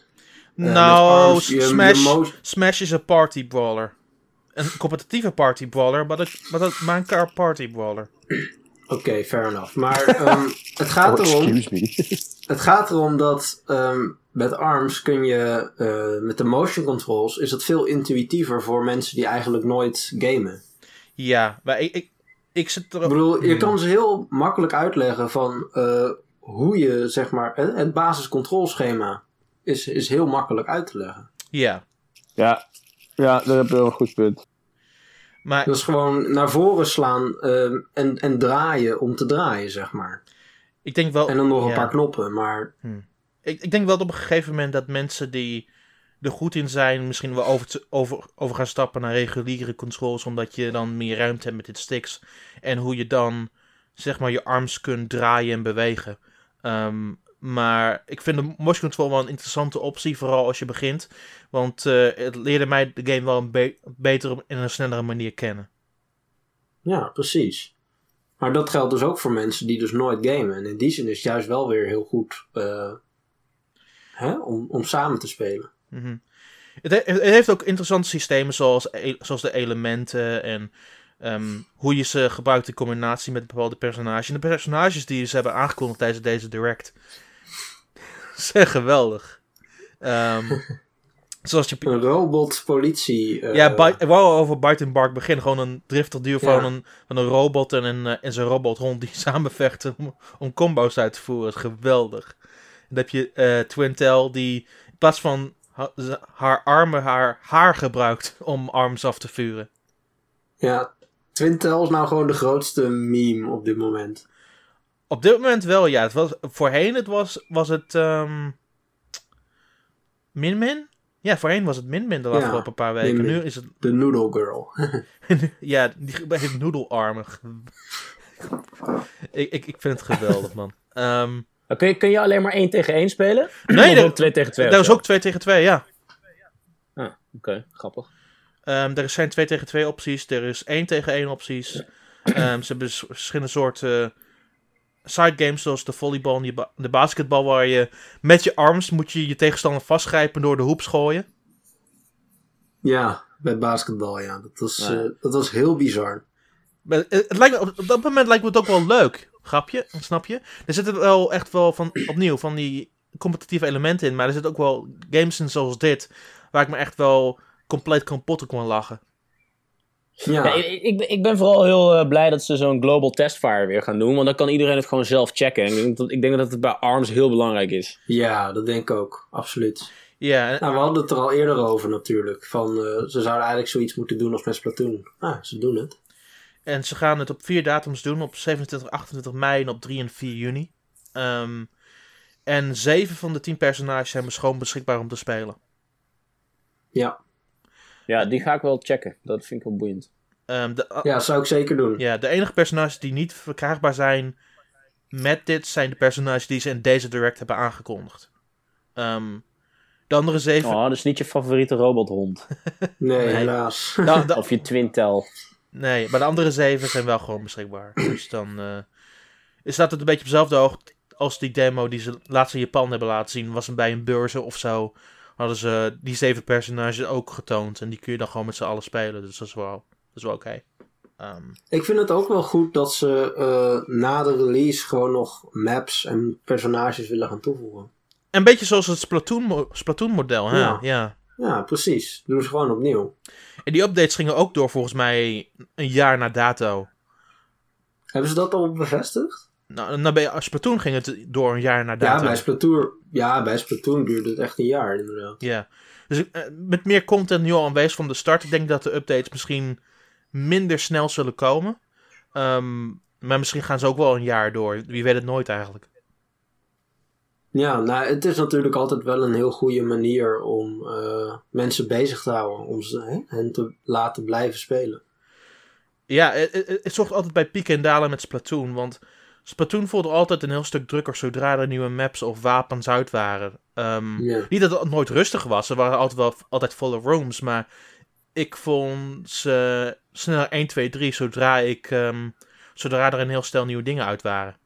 S1: Smash is een party brawler. Een competitieve party brawler, maar een party brawler.
S2: Oké, fair enough. Maar het gaat erom dat met ARMS kun je met de motion controls is het veel intuïtiever voor mensen die eigenlijk nooit gamen.
S1: Ja, maar ik zit erop...
S2: Ik bedoel, je kan ze heel makkelijk uitleggen van hoe je, zeg maar, het basiscontroleschema is heel makkelijk uit te leggen.
S1: Ja.
S3: Ja, dat heb je wel een goed punt.
S1: Maar...
S2: Dus gewoon naar voren slaan en draaien om te draaien, zeg maar.
S1: Ik denk wel...
S2: En dan nog een paar knoppen, maar...
S1: Ik denk wel op een gegeven moment dat mensen die er goed in zijn, misschien wel over gaan stappen naar reguliere controls, omdat je dan meer ruimte hebt met dit sticks. En hoe je dan, zeg maar, je arms kunt draaien en bewegen. Maar ik vind de motion control wel een interessante optie, vooral als je begint. Want het leerde mij de game wel beter en een snellere manier kennen.
S2: Ja, precies. Maar dat geldt dus ook voor mensen die dus nooit gamen. En in die zin is het juist wel weer heel goed om samen te spelen.
S1: Mm-hmm. Het heeft ook interessante systemen zoals de elementen en hoe je ze gebruikt in combinatie met bepaalde personages. En de personages die ze hebben aangekondigd tijdens deze direct zijn geweldig. Zoals je...
S2: Een robot-politie.
S1: Ik wou over Bite and Bark beginnen. Gewoon een driftig duo van een robot en zijn robothond die samen vechten om combo's uit te voeren. Dat is geweldig. En dan heb je Twintel die in plaats van haar armen haar haar gebruikt om arms af te vuren.
S2: Ja, Twintel is nou gewoon de grootste meme op dit moment.
S1: Op dit moment wel, ja. Voorheen was het Min-Min? Ja, voorheen was het Min-Min de afgelopen paar weken. Nu is het...
S2: De Noodle Girl.
S1: Ja, die heeft noedelarmen. ik vind het geweldig, man.
S3: Kun je alleen maar 1 tegen 1 spelen?
S1: Nee,
S3: of ook 2 tegen 2?
S1: Dat is ook 2 tegen 2, ja.
S3: Ah, oké. Grappig.
S1: Er zijn 2 tegen 2 opties. Er is 1 tegen 1 opties. Ze hebben verschillende soorten sidegames, zoals de volleybal en de basketbal, waar je met je arms moet je tegenstander vastgrijpen door de hoep gooien.
S2: Ja, bij basketbal, ja. Dat was heel bizar.
S1: Op dat moment lijkt me het ook wel leuk. Grapje, snap je? Er zitten wel echt wel van die competitieve elementen in, maar er zitten ook wel games in zoals dit, waar ik me echt wel compleet kapot kon lachen.
S3: Ja. Ik ben vooral heel blij dat ze zo'n global testfire weer gaan doen, want dan kan iedereen het gewoon zelf checken. En ik denk dat het bij ARMS heel belangrijk is.
S2: Ja, dat denk ik ook. Absoluut.
S1: Ja.
S2: Nou, we hadden het er al eerder over natuurlijk. Ze zouden eigenlijk zoiets moeten doen als met Splatoon. Ze doen het.
S1: En ze gaan het op 4 datums doen. Op 27, 28 mei en op 3 en 4 juni. En 7 van de 10 personages zijn gewoon beschikbaar om te spelen.
S2: Ja.
S3: Ja, die ga ik wel checken. Dat vind ik wel boeiend.
S2: Ja, zou ik zeker doen.
S1: Ja, de enige personages die niet verkrijgbaar zijn met dit zijn de personages die ze in deze direct hebben aangekondigd. De andere 7...
S3: Oh, dat is niet je favoriete robothond.
S2: Nee,
S1: Nee.
S2: helaas.
S3: Of je twintel.
S1: Nee, maar de andere 7 zijn wel gewoon beschikbaar. Dus dan staat het een beetje op dezelfde hoogte als die demo die ze laatst in Japan hebben laten zien. Was het bij een beurzen of zo. Hadden ze die 7 personages ook getoond. En die kun je dan gewoon met z'n allen spelen. Dus dat is wel oké.
S2: Ik vind het ook wel goed dat ze na de release gewoon nog maps en personages willen gaan toevoegen.
S1: Een beetje zoals het Splatoon model, hè?
S2: Ja.
S1: Ja.
S2: Ja, precies. Doen ze gewoon opnieuw.
S1: En die updates gingen ook door volgens mij een jaar na dato.
S2: Hebben ze dat al bevestigd?
S1: Nou, bij Splatoon ging het door een jaar na dato.
S2: Bij Splatoon duurde het echt een jaar inderdaad.
S1: Ja. Dus met meer content nu al aanwezig van de start. Ik denk dat de updates misschien minder snel zullen komen. Maar misschien gaan ze ook wel een jaar door. Wie weet het nooit eigenlijk.
S2: Ja, nou, het is natuurlijk altijd wel een heel goede manier om mensen bezig te houden. Om hen te laten blijven spelen.
S1: Ja, het zorgt altijd bij pieken en dalen met Splatoon. Want Splatoon voelde altijd een heel stuk drukker zodra er nieuwe maps of wapens uit waren. Niet dat het nooit rustig was. Er waren altijd volle rooms. Maar ik vond ze sneller 1, 2, 3 zodra er een heel stel nieuwe dingen uit waren.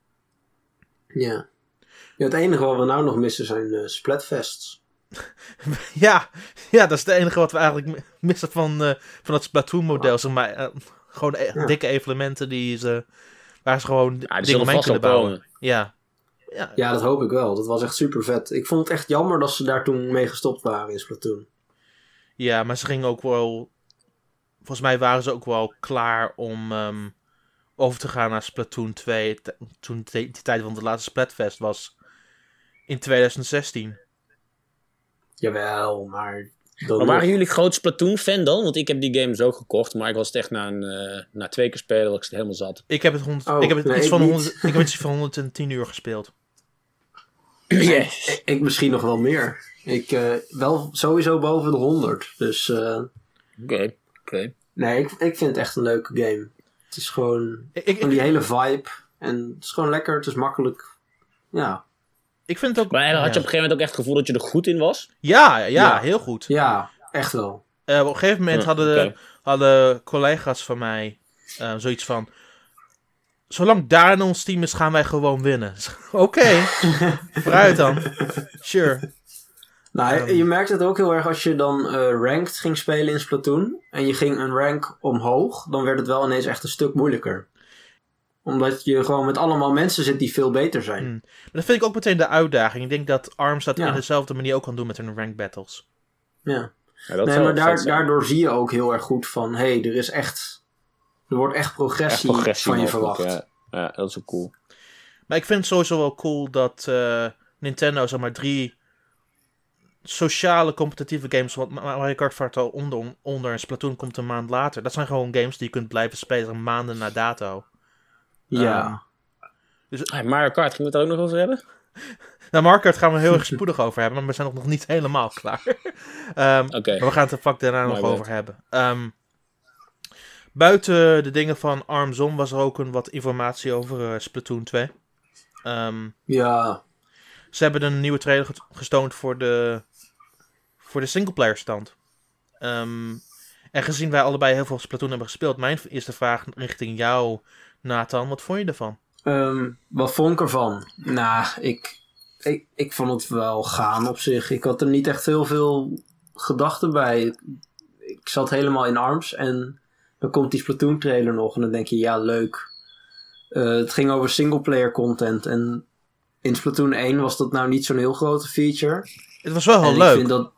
S2: Ja. Ja, het enige wat we nou nog missen zijn Splatfests.
S1: Ja, dat is het enige wat we eigenlijk missen van het Splatoon-model. Zeg maar, gewoon dikke evenementen waar ze gewoon dingen omheen kunnen bouwen. Ja,
S2: dat hoop ik wel. Dat was echt super vet. Ik vond het echt jammer dat ze daar toen mee gestopt waren in Splatoon.
S1: Ja, maar ze gingen ook wel... Volgens mij waren ze ook wel klaar om over te gaan naar Splatoon 2. Toen die tijd van de laatste Splatfest was in 2016.
S2: Jawel, maar...
S4: Maar waren jullie groot Splatoon-fan dan? Want ik heb die games ook gekocht, maar ik was het echt na 2 keer spelen dat ik het helemaal zat.
S1: Ik heb iets van 110 uur gespeeld.
S4: Yes.
S2: Ik misschien nog wel meer. Ik wel sowieso boven de 100. Dus...
S4: Oké.
S2: Nee, ik vind het echt een leuke game. Het is gewoon die hele vibe. En het is gewoon lekker, het is makkelijk. Ja.
S1: Ik vind het ook...
S4: Maar had je op een gegeven moment ook echt het gevoel dat je er goed in was?
S1: Ja, heel goed.
S2: Ja, echt wel.
S1: Op een gegeven moment hadden collega's van mij zoiets van... Zolang daar in ons team is, gaan wij gewoon winnen. Oké, vooruit dan. Sure.
S2: Nou, je merkt het ook heel erg als je dan ranked ging spelen in Splatoon. En je ging een rank omhoog. Dan werd het wel ineens echt een stuk moeilijker. Omdat je gewoon met allemaal mensen zit die veel beter zijn.
S1: Maar dat vind ik ook meteen de uitdaging. Ik denk dat ARMS dat in dezelfde manier ook kan doen met hun rank battles.
S2: Ja.
S3: Ja,
S2: Nee, maar daardoor zie je ook heel erg goed van... er wordt echt progressie van je verwacht.
S3: Ja, dat is ook cool.
S1: Maar ik vind het sowieso wel cool dat Nintendo, zeg maar, 3 sociale competitieve games... Want Mario Kart vaart al onder en Splatoon komt een maand later. Dat zijn gewoon games die je kunt blijven spelen maanden na dato.
S2: Ja.
S4: Mario Kart, gingen we het er ook nog over hebben?
S1: Nou, Mario Kart gaan we heel erg spoedig over hebben, maar we zijn nog niet helemaal klaar. Maar we gaan het er vak daarna nog over hebben. Buiten de dingen van ARMS om was er ook wat informatie over Splatoon 2.
S2: Ja.
S1: Ze hebben een nieuwe trailer gestoond voor de singleplayer stand. En gezien wij allebei heel veel Splatoon hebben gespeeld, mijn eerste vraag richting jou, Nathan, wat vond je ervan?
S2: Wat vond ik ervan? Nou, ik vond het wel gaan op zich. Ik had er niet echt heel veel gedachten bij. Ik zat helemaal in ARMS en dan komt die Splatoon trailer nog en dan denk je, ja, leuk. Het ging over singleplayer content en in Splatoon 1 was dat nou niet zo'n heel grote feature.
S1: Het was wel heel leuk.
S2: Ik vind dat...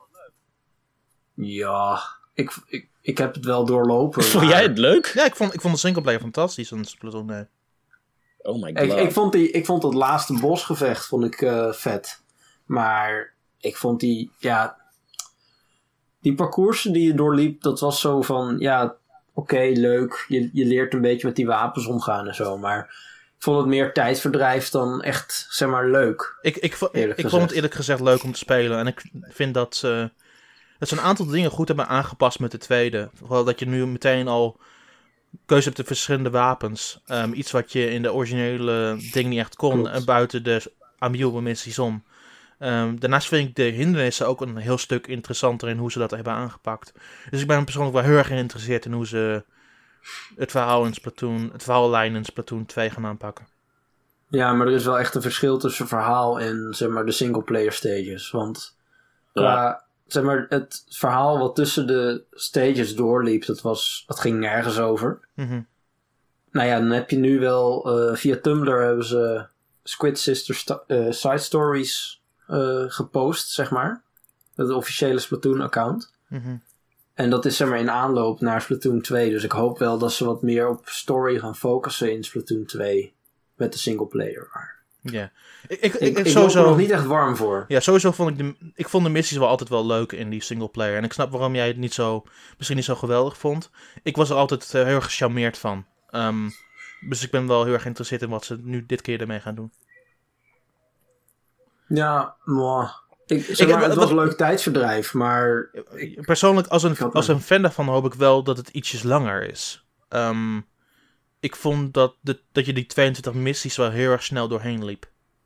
S2: Ja, ik heb het wel doorlopen.
S4: Vond jij het leuk?
S1: Ja, ik vond de singleplayer fantastisch in Splatoon 1.
S4: Oh my god.
S2: Ik vond dat laatste bosgevecht vet. Maar ik vond die parcoursen die je doorliep, dat was zo van, ja, oké, leuk. Je leert een beetje met die wapens omgaan en zo. Maar ik vond het meer tijdverdrijf dan echt, zeg maar, leuk.
S1: Ik vond het eerlijk gezegd leuk om te spelen. En ik vind dat ze een aantal dingen goed hebben aangepast met de tweede. Vooral dat je nu meteen al keuze hebt de verschillende wapens. Iets wat je in de originele ding niet echt kon. Buiten de amiibo missies om. Daarnaast vind ik de hindernissen ook een heel stuk interessanter in hoe ze dat hebben aangepakt. Dus ik ben persoonlijk wel heel erg geïnteresseerd in hoe ze het verhaallijn in Splatoon 2 gaan aanpakken.
S2: Ja, maar er is wel echt een verschil tussen verhaal en zeg maar de singleplayer stages. Want zeg maar, het verhaal wat tussen de stages doorliep, dat ging nergens over.
S1: Mhm.
S2: Nou ja, dan heb je nu wel via Tumblr hebben ze Squid Sister Side Stories gepost, zeg maar. Het officiële Splatoon account.
S1: Mhm.
S2: En dat is zeg maar in aanloop naar Splatoon 2. Dus ik hoop wel dat ze wat meer op story gaan focussen in Splatoon 2. Met de singleplayer.
S1: Ja.
S2: Ik
S1: sowieso
S2: loop er nog niet echt warm voor.
S1: Ja, sowieso vond ik vond de missies wel altijd wel leuk in die singleplayer. En ik snap waarom jij het misschien niet zo geweldig vond. Ik was er altijd heel erg gecharmeerd van. Dus ik ben wel heel erg geïnteresseerd in wat ze nu dit keer ermee gaan doen.
S2: Ja, het was een leuk tijdsverdrijf, maar...
S1: Persoonlijk, als een fan daarvan hoop ik wel dat het ietsjes langer is. Ik vond dat je die 22 missies wel heel erg snel doorheen liep.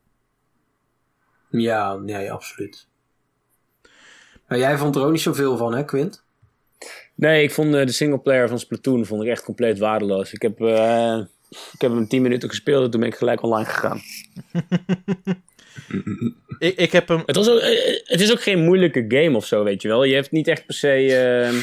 S2: Ja, absoluut. Maar jij vond er ook niet zoveel van, hè, Quint?
S3: Nee, ik vond de singleplayer van Splatoon echt compleet waardeloos. Ik heb hem 10 minuten gespeeld en toen ben ik gelijk online gegaan.
S1: Ik heb hem...
S3: Het is ook geen moeilijke game of zo, weet je wel. Je hebt niet echt per se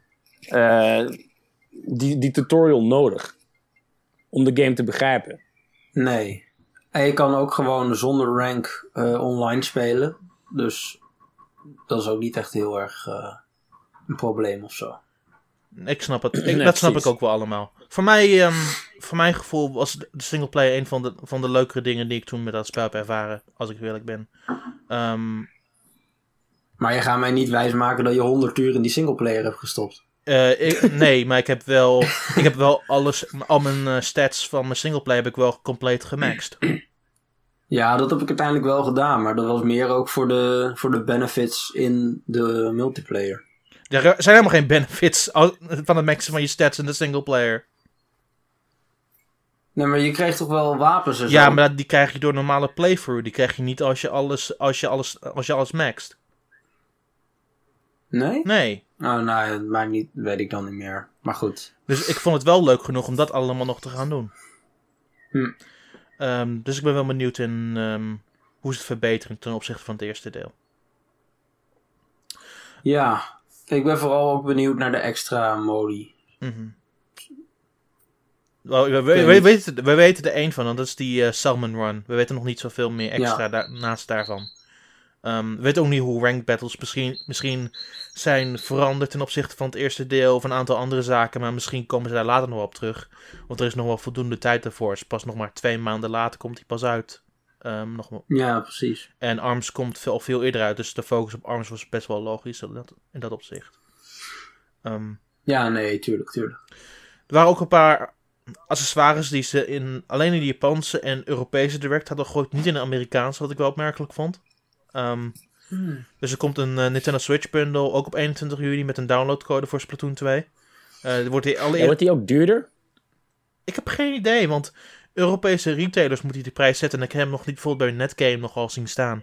S3: die tutorial nodig om de game te begrijpen.
S2: Nee. En je kan ook gewoon zonder rank online spelen. Dus dat is ook niet echt heel erg een probleem of zo.
S1: Ik snap het. Dat snap ik ook wel allemaal. Voor mijn gevoel was de singleplayer een van de leukere dingen die ik toen met dat spel heb ervaren. Als ik eerlijk ben.
S2: Maar je gaat mij niet wijsmaken dat je 100 uur in die singleplayer hebt gestopt.
S1: Nee, maar ik heb wel al mijn stats van mijn singleplayer heb ik wel compleet gemaxed.
S2: Ja, dat heb ik uiteindelijk wel gedaan. Maar dat was meer ook voor de benefits in de multiplayer.
S1: Er zijn helemaal geen benefits van het maxen van je stats in de singleplayer.
S2: Nee, maar je kreeg toch wel wapens en zo?
S1: Ja, maar die krijg je door normale playthrough. Die krijg je niet als je alles maxt.
S2: Nee?
S1: Nee.
S2: Oh, nou, maar niet, weet ik dan niet meer. Maar goed.
S1: Dus ik vond het wel leuk genoeg om dat allemaal nog te gaan doen. Dus ik ben wel benieuwd in hoe ze het verbeteren ten opzichte van het eerste deel.
S2: Ja, ik ben vooral ook benieuwd naar de extra modi.
S1: Mm-hmm. We weten er één van, en dat is die Salmon Run. We weten nog niet zoveel meer extra naast daarvan. We weten ook niet hoe ranked battles misschien zijn veranderd ten opzichte van het eerste deel of een aantal andere zaken, maar misschien komen ze daar later nog op terug. Want er is nog wel voldoende tijd daarvoor. Dus pas nog maar 2 maanden later komt hij pas uit.
S2: Ja, precies.
S1: En ARMS komt veel eerder uit, dus de focus op ARMS was best wel logisch in dat opzicht.
S2: Ja, nee, tuurlijk.
S1: Er waren ook een paar accessoires die ze alleen in de Japanse en Europese direct hadden gegooid, niet in de Amerikaanse, wat ik wel opmerkelijk vond. Dus er komt een Nintendo Switch bundle, ook op 21 juni, met een downloadcode voor Splatoon 2. Wordt die
S3: ook duurder?
S1: Ik heb geen idee, want Europese retailers moeten die prijs zetten en ik heb hem nog niet bijvoorbeeld bij Netgame nogal zien staan.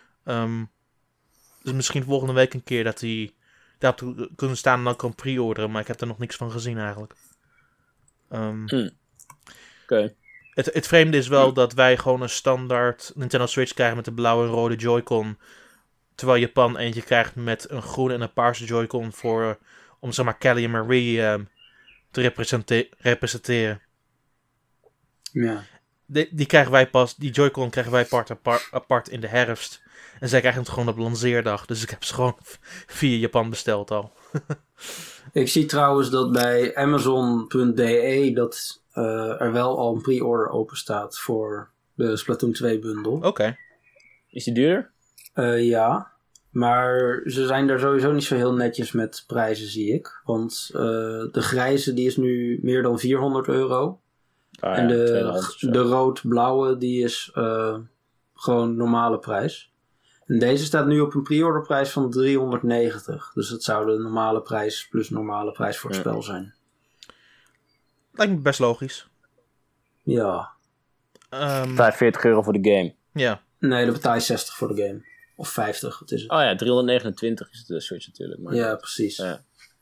S1: Dus misschien volgende week een keer dat die daarop kunnen staan en dan kan pre-orderen, maar ik heb er nog niks van gezien eigenlijk.
S3: Oké.
S1: Het vreemde is wel dat wij gewoon een standaard Nintendo Switch krijgen met de blauwe en rode Joy-Con. Terwijl Japan eentje krijgt met een groene en een paarse Joy-Con om zeg maar Callie en Marie te representeren.
S2: Ja.
S1: Die Joy-Con krijgen wij apart in de herfst. En zij krijgen het gewoon op lanceerdag. Dus ik heb ze gewoon via Japan besteld al.
S2: Ik zie trouwens dat bij Amazon.de dat er wel al een pre-order open staat voor de Splatoon 2 bundle.
S1: Oké.
S3: Is die duurder?
S2: Ja, maar ze zijn daar sowieso niet zo heel netjes met prijzen, zie ik. Want de grijze die is nu meer dan €400. En de rood-blauwe die is gewoon normale prijs. En deze staat nu op een pre-orderprijs van €390. Dus dat zou de normale prijs plus normale prijs voor het spel zijn.
S1: Lijkt me best logisch.
S2: Ja.
S3: €45 voor de game.
S1: Ja.
S2: Nee, dan betaal je 60 voor de game. Of 50, wat is het?
S3: Oh ja, 329 is de Switch natuurlijk. Maar...
S2: Ja, precies.
S3: Ja.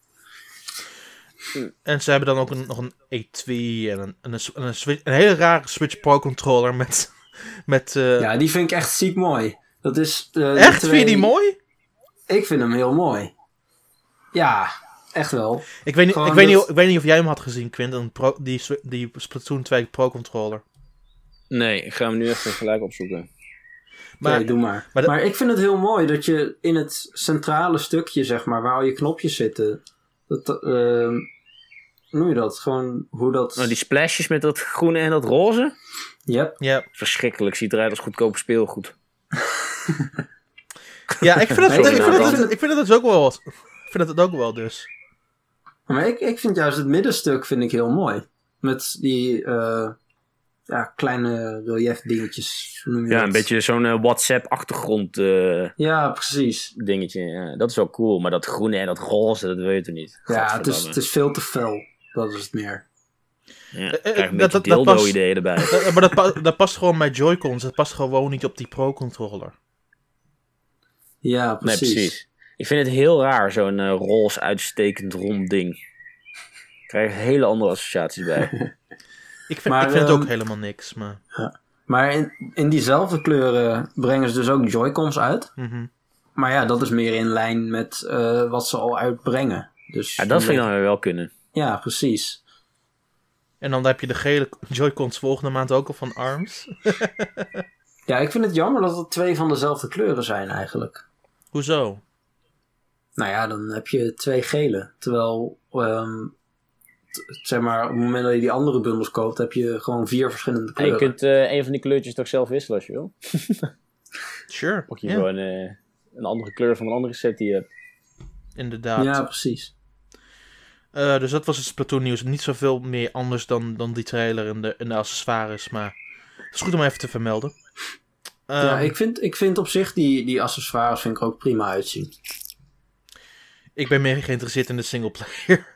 S1: En ze hebben dan ook nog een E2 en een hele rare Switch Pro controller met
S2: Ja, die vind ik echt ziek mooi. Dat is,
S1: echt? Vind je die mooi?
S2: Ik vind hem heel mooi. Ja, echt wel.
S1: Ik weet
S2: Gewoon
S1: niet of jij hem had gezien, Quint, die Splatoon 2 Pro controller.
S3: Nee, ik ga hem nu even gelijk opzoeken.
S2: Maar, doe maar. Maar ik vind het heel mooi dat je in het centrale stukje, zeg maar, waar al je knopjes zitten, hoe noem je dat? Gewoon hoe dat...
S3: Nou, die splashes met dat groene en dat roze?
S2: Yep.
S3: Verschrikkelijk, ziet eruit als goedkope speelgoed.
S1: Ja, ik vind het ook wel wat. Ik vind het ook wel dus.
S2: Maar ik vind juist het middenstuk vind ik heel mooi. Met die kleine relief dingetjes. Hoe noem je dat?
S3: Een beetje zo'n WhatsApp-achtergrond
S2: ja, precies.
S3: dingetje. Ja, dat is wel cool, maar dat groene en dat roze, dat weet je niet.
S2: Ja, het is veel te fel. Dat is het meer.
S3: Ja, krijg een beetje dildo-ideeën erbij.
S1: Maar dat past gewoon bij Joy-Cons. Dat past gewoon niet op die Pro-controller.
S2: Ja, precies.
S3: Nee, precies. Ik vind het heel raar, zo'n roze uitstekend rond ding. Ik krijg hele andere associaties bij.
S1: Ik vind het ook helemaal niks. Maar,
S2: maar in diezelfde kleuren brengen ze dus ook Joy-Cons uit.
S1: mm-hmm.
S2: Maar ja, dat is meer in lijn met wat ze al uitbrengen. Dus,
S3: Ja, dat vind ik dan wel kunnen.
S2: Ja, precies.
S1: En dan heb je de gele Joy-Cons volgende maand ook al van ARMS.
S2: Ja, ik vind het jammer dat het 2 van dezelfde kleuren zijn eigenlijk.
S1: Hoezo?
S2: Nou ja, dan heb je 2 gele. Terwijl, zeg maar, op het moment dat je die andere bundels koopt, heb je gewoon 4 verschillende
S3: En
S2: kleuren.
S3: je kunt een van die kleurtjes toch zelf wisselen als je wil.
S1: Sure.
S3: Pak je gewoon een andere kleur van een andere set die je hebt.
S1: Inderdaad.
S2: Ja, precies.
S1: Dus dat was het Splatoon nieuws. Niet zoveel meer anders dan die trailer en de accessoires. Maar het is goed om even te vermelden.
S2: Ja, ik vind op zich die accessoires vind ik ook prima uitzien.
S1: Ik ben meer geïnteresseerd in de singleplayer.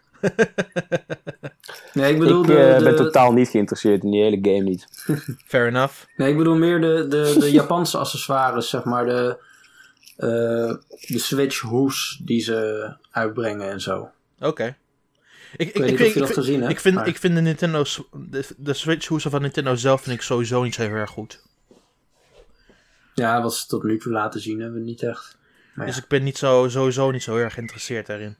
S2: Nee, ik bedoel
S3: ik ben totaal niet geïnteresseerd in die hele game niet.
S1: Fair enough.
S2: Nee, ik bedoel meer de Japanse accessoires, zeg maar. De Switch hoes die ze uitbrengen en zo.
S1: Oké.
S2: Ik weet niet of je dat gezien hebt.
S1: Ik vind de Nintendo's, de Switch hoesen van Nintendo zelf vind ik sowieso niet zo heel erg goed.
S2: Ja, wat ze tot nu toe laten zien hebben we niet echt. Maar
S1: Dus
S2: ja.
S1: ik ben sowieso niet zo heel erg geïnteresseerd daarin.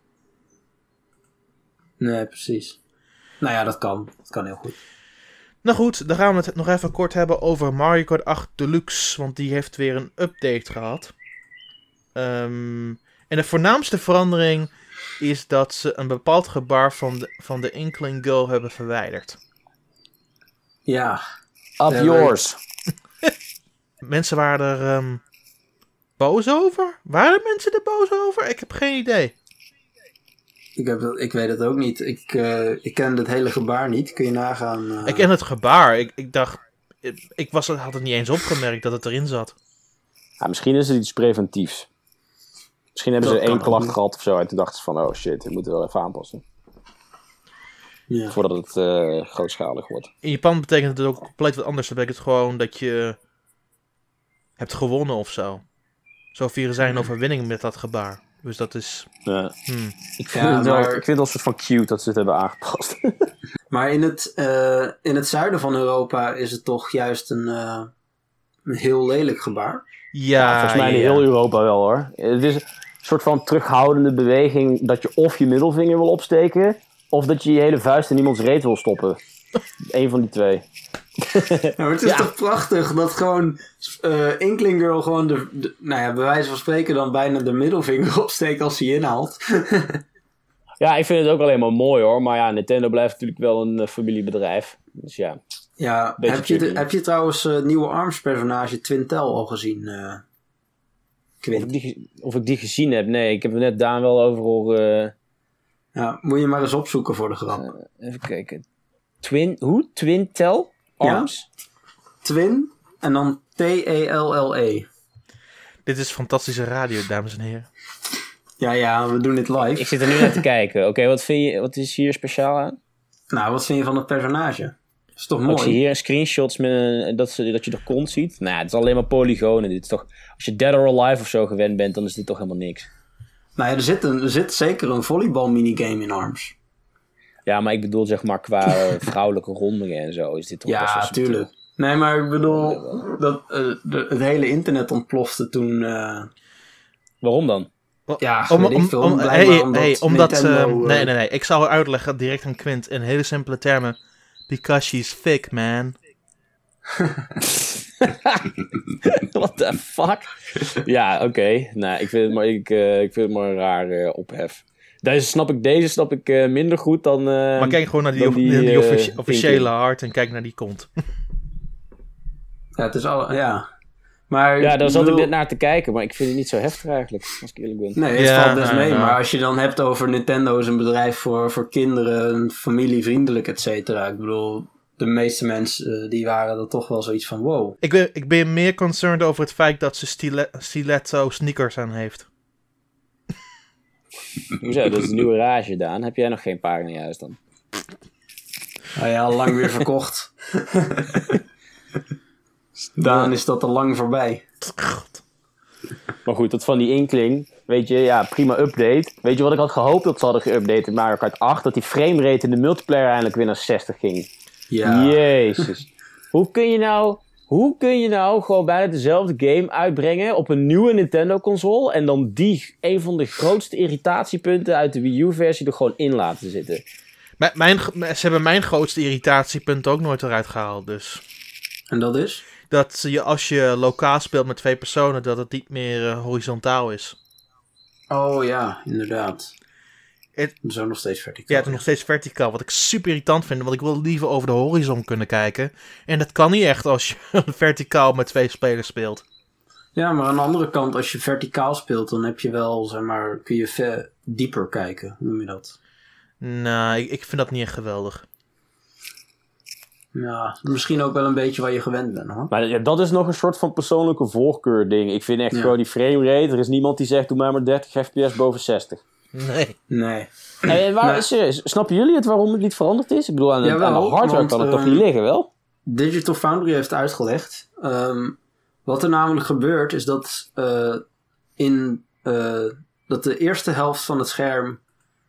S2: Nee, precies. Nou ja, dat kan. Dat kan heel goed.
S1: Nou goed, dan gaan we het nog even kort hebben over Mario Kart 8 Deluxe. Want die heeft weer een update gehad. En de voornaamste verandering is dat ze een bepaald gebaar van de Inkling Girl hebben verwijderd.
S2: Ja.
S3: Up yours.
S1: Mensen waren er boos over? Waren er mensen er boos over? Ik heb geen idee.
S2: Ik weet het ook niet. Ik ken het hele gebaar niet. Kun je nagaan.
S1: Ik ken het gebaar. Ik dacht... had het niet eens opgemerkt dat het erin zat.
S3: Ja, misschien is het iets preventiefs. Misschien hebben
S2: Dat
S3: ze 1
S2: kan
S3: klacht
S2: ook.
S3: gehad of zo. En toen dachten ze van, oh shit, we moeten wel even aanpassen.
S2: Ja.
S3: Voordat het grootschalig wordt.
S1: In Japan betekent het ook compleet wat anders. Dat betekent gewoon dat je hebt gewonnen of zo. Zo vieren zij een overwinning met dat gebaar. Dus dat is...
S3: Ja. Ik vind
S2: Ja,
S3: het wel een soort van cute dat ze het hebben aangepast.
S2: Maar in het zuiden van Europa is het toch juist een heel lelijk gebaar.
S1: Ja,
S3: volgens mij in heel Europa wel hoor. Het is een soort van terughoudende beweging dat je of je middelvinger wil opsteken, of dat je je hele vuist in iemands reet wil stoppen. Eén van die twee.
S2: Ja, maar het is toch prachtig dat gewoon Inkling Girl gewoon nou ja, bij wijze van spreken dan bijna de middelvinger opsteekt als hij inhaalt.
S3: Ja, ik vind het ook alleen maar mooi hoor. Maar ja, Nintendo blijft natuurlijk wel een familiebedrijf. Dus ja.
S2: Ja, heb je trouwens het nieuwe ARMS personage Twintel al gezien? Quint?
S3: Of ik die gezien heb? Nee, ik heb er net Daan wel over horen.
S2: Ja, moet je maar eens opzoeken voor de grap.
S3: Even kijken. Twintel? ARMS?
S2: Ja. Twin en dan T-E-L-L-E.
S1: Dit is fantastische radio, dames en heren.
S2: Ja, we doen dit live.
S3: Ik zit er nu naar te kijken. Oké, wat is hier speciaal aan?
S2: Nou, wat vind je van het personage? is toch
S3: Ik zie
S2: mooi?
S3: hier screenshots met dat je de kont ziet. Nou, het is alleen maar polygonen. Dit is toch, als je Dead or Alive of zo gewend bent, dan is dit toch helemaal niks.
S2: Nou ja, er zit zeker een volleybal minigame in ARMS.
S3: Ja, maar ik bedoel zeg maar qua vrouwelijke rondingen en zo is dit toch best
S2: Ja,
S3: wel subtiel.
S2: tuurlijk. Nee, maar ik bedoel, dat, het hele internet ontplofte toen...
S3: Waarom dan?
S2: ja, weet ik veel. Blijkbaar
S1: omdat
S2: Nintendo,
S1: nee. Ik zal uitleggen direct aan Quint in hele simpele termen. Because she's thick, man.
S3: What the fuck? Ja, oké. Nou, ik vind het maar een raar ophef. Deze snap ik minder goed dan...
S1: Maar kijk gewoon naar
S3: dan
S1: die officiële
S3: Inkling.
S1: hart en kijk naar die kont.
S2: Ja, het is al... Ja. Maar,
S3: Ja, daar zat ik
S2: bedoel-
S3: net naar te kijken, maar ik vind het niet zo heftig eigenlijk, als ik eerlijk ben.
S2: Nee, het
S1: Ja,
S2: valt best mee.
S1: ja.
S2: Maar als je dan hebt over Nintendo is een bedrijf voor kinderen, familievriendelijk, et cetera. Ik bedoel, de meeste mensen die waren er toch wel zoiets van wow.
S1: Ik ben meer concerned over het feit dat ze stiletto sneakers aan heeft.
S3: Hoezo? Dat is een nieuwe rage, Daan. Heb jij nog geen paar in je huis dan?
S2: Nou ja, al lang weer verkocht. Daan is dat al lang voorbij.
S3: Maar goed, dat van die Inkling, weet je, ja, prima update. Weet je wat ik had gehoopt dat ze hadden geüpdate in Mario Kart 8? Dat die framerate in de multiplayer eindelijk weer naar 60 ging.
S2: Ja.
S3: Jezus. Hoe kun je nou gewoon bijna dezelfde game uitbrengen op een nieuwe Nintendo-console en dan een van de grootste irritatiepunten uit de Wii U-versie er gewoon in laten zitten?
S1: Ze hebben mijn grootste irritatiepunt ook nooit eruit gehaald, dus...
S2: En dat is?
S1: Dat je als je lokaal speelt met 2 personen, dat het niet meer horizontaal is.
S2: Oh ja, inderdaad.
S1: Het-
S2: Zo nog steeds verticaal.
S1: Ja, het is nog steeds verticaal, wat ik super irritant vind, want ik wil liever over de horizon kunnen kijken. En dat kan niet echt als je verticaal met 2 spelers speelt.
S2: Ja, maar aan de andere kant, als je verticaal speelt, dan heb je wel, zeg maar, kun je dieper kijken. Hoe noem je dat?
S1: Nou, ik vind dat niet echt geweldig.
S2: Ja, misschien ook wel een beetje waar je gewend bent, hoor.
S3: Maar ja, dat is nog een soort van persoonlijke voorkeur ding. Ik vind echt
S2: Ja.
S3: gewoon die framerate. Er is niemand die zegt, doe maar 30 fps boven 60.
S1: Nee.
S2: Nee.
S3: En serieus, snappen jullie het waarom het niet veranderd is? Ik bedoel, aan de
S2: Jawel,
S3: hardware
S2: want,
S3: kan het toch niet liggen, wel?
S2: Digital Foundry heeft uitgelegd. Wat er namelijk gebeurt is dat dat de eerste helft van het scherm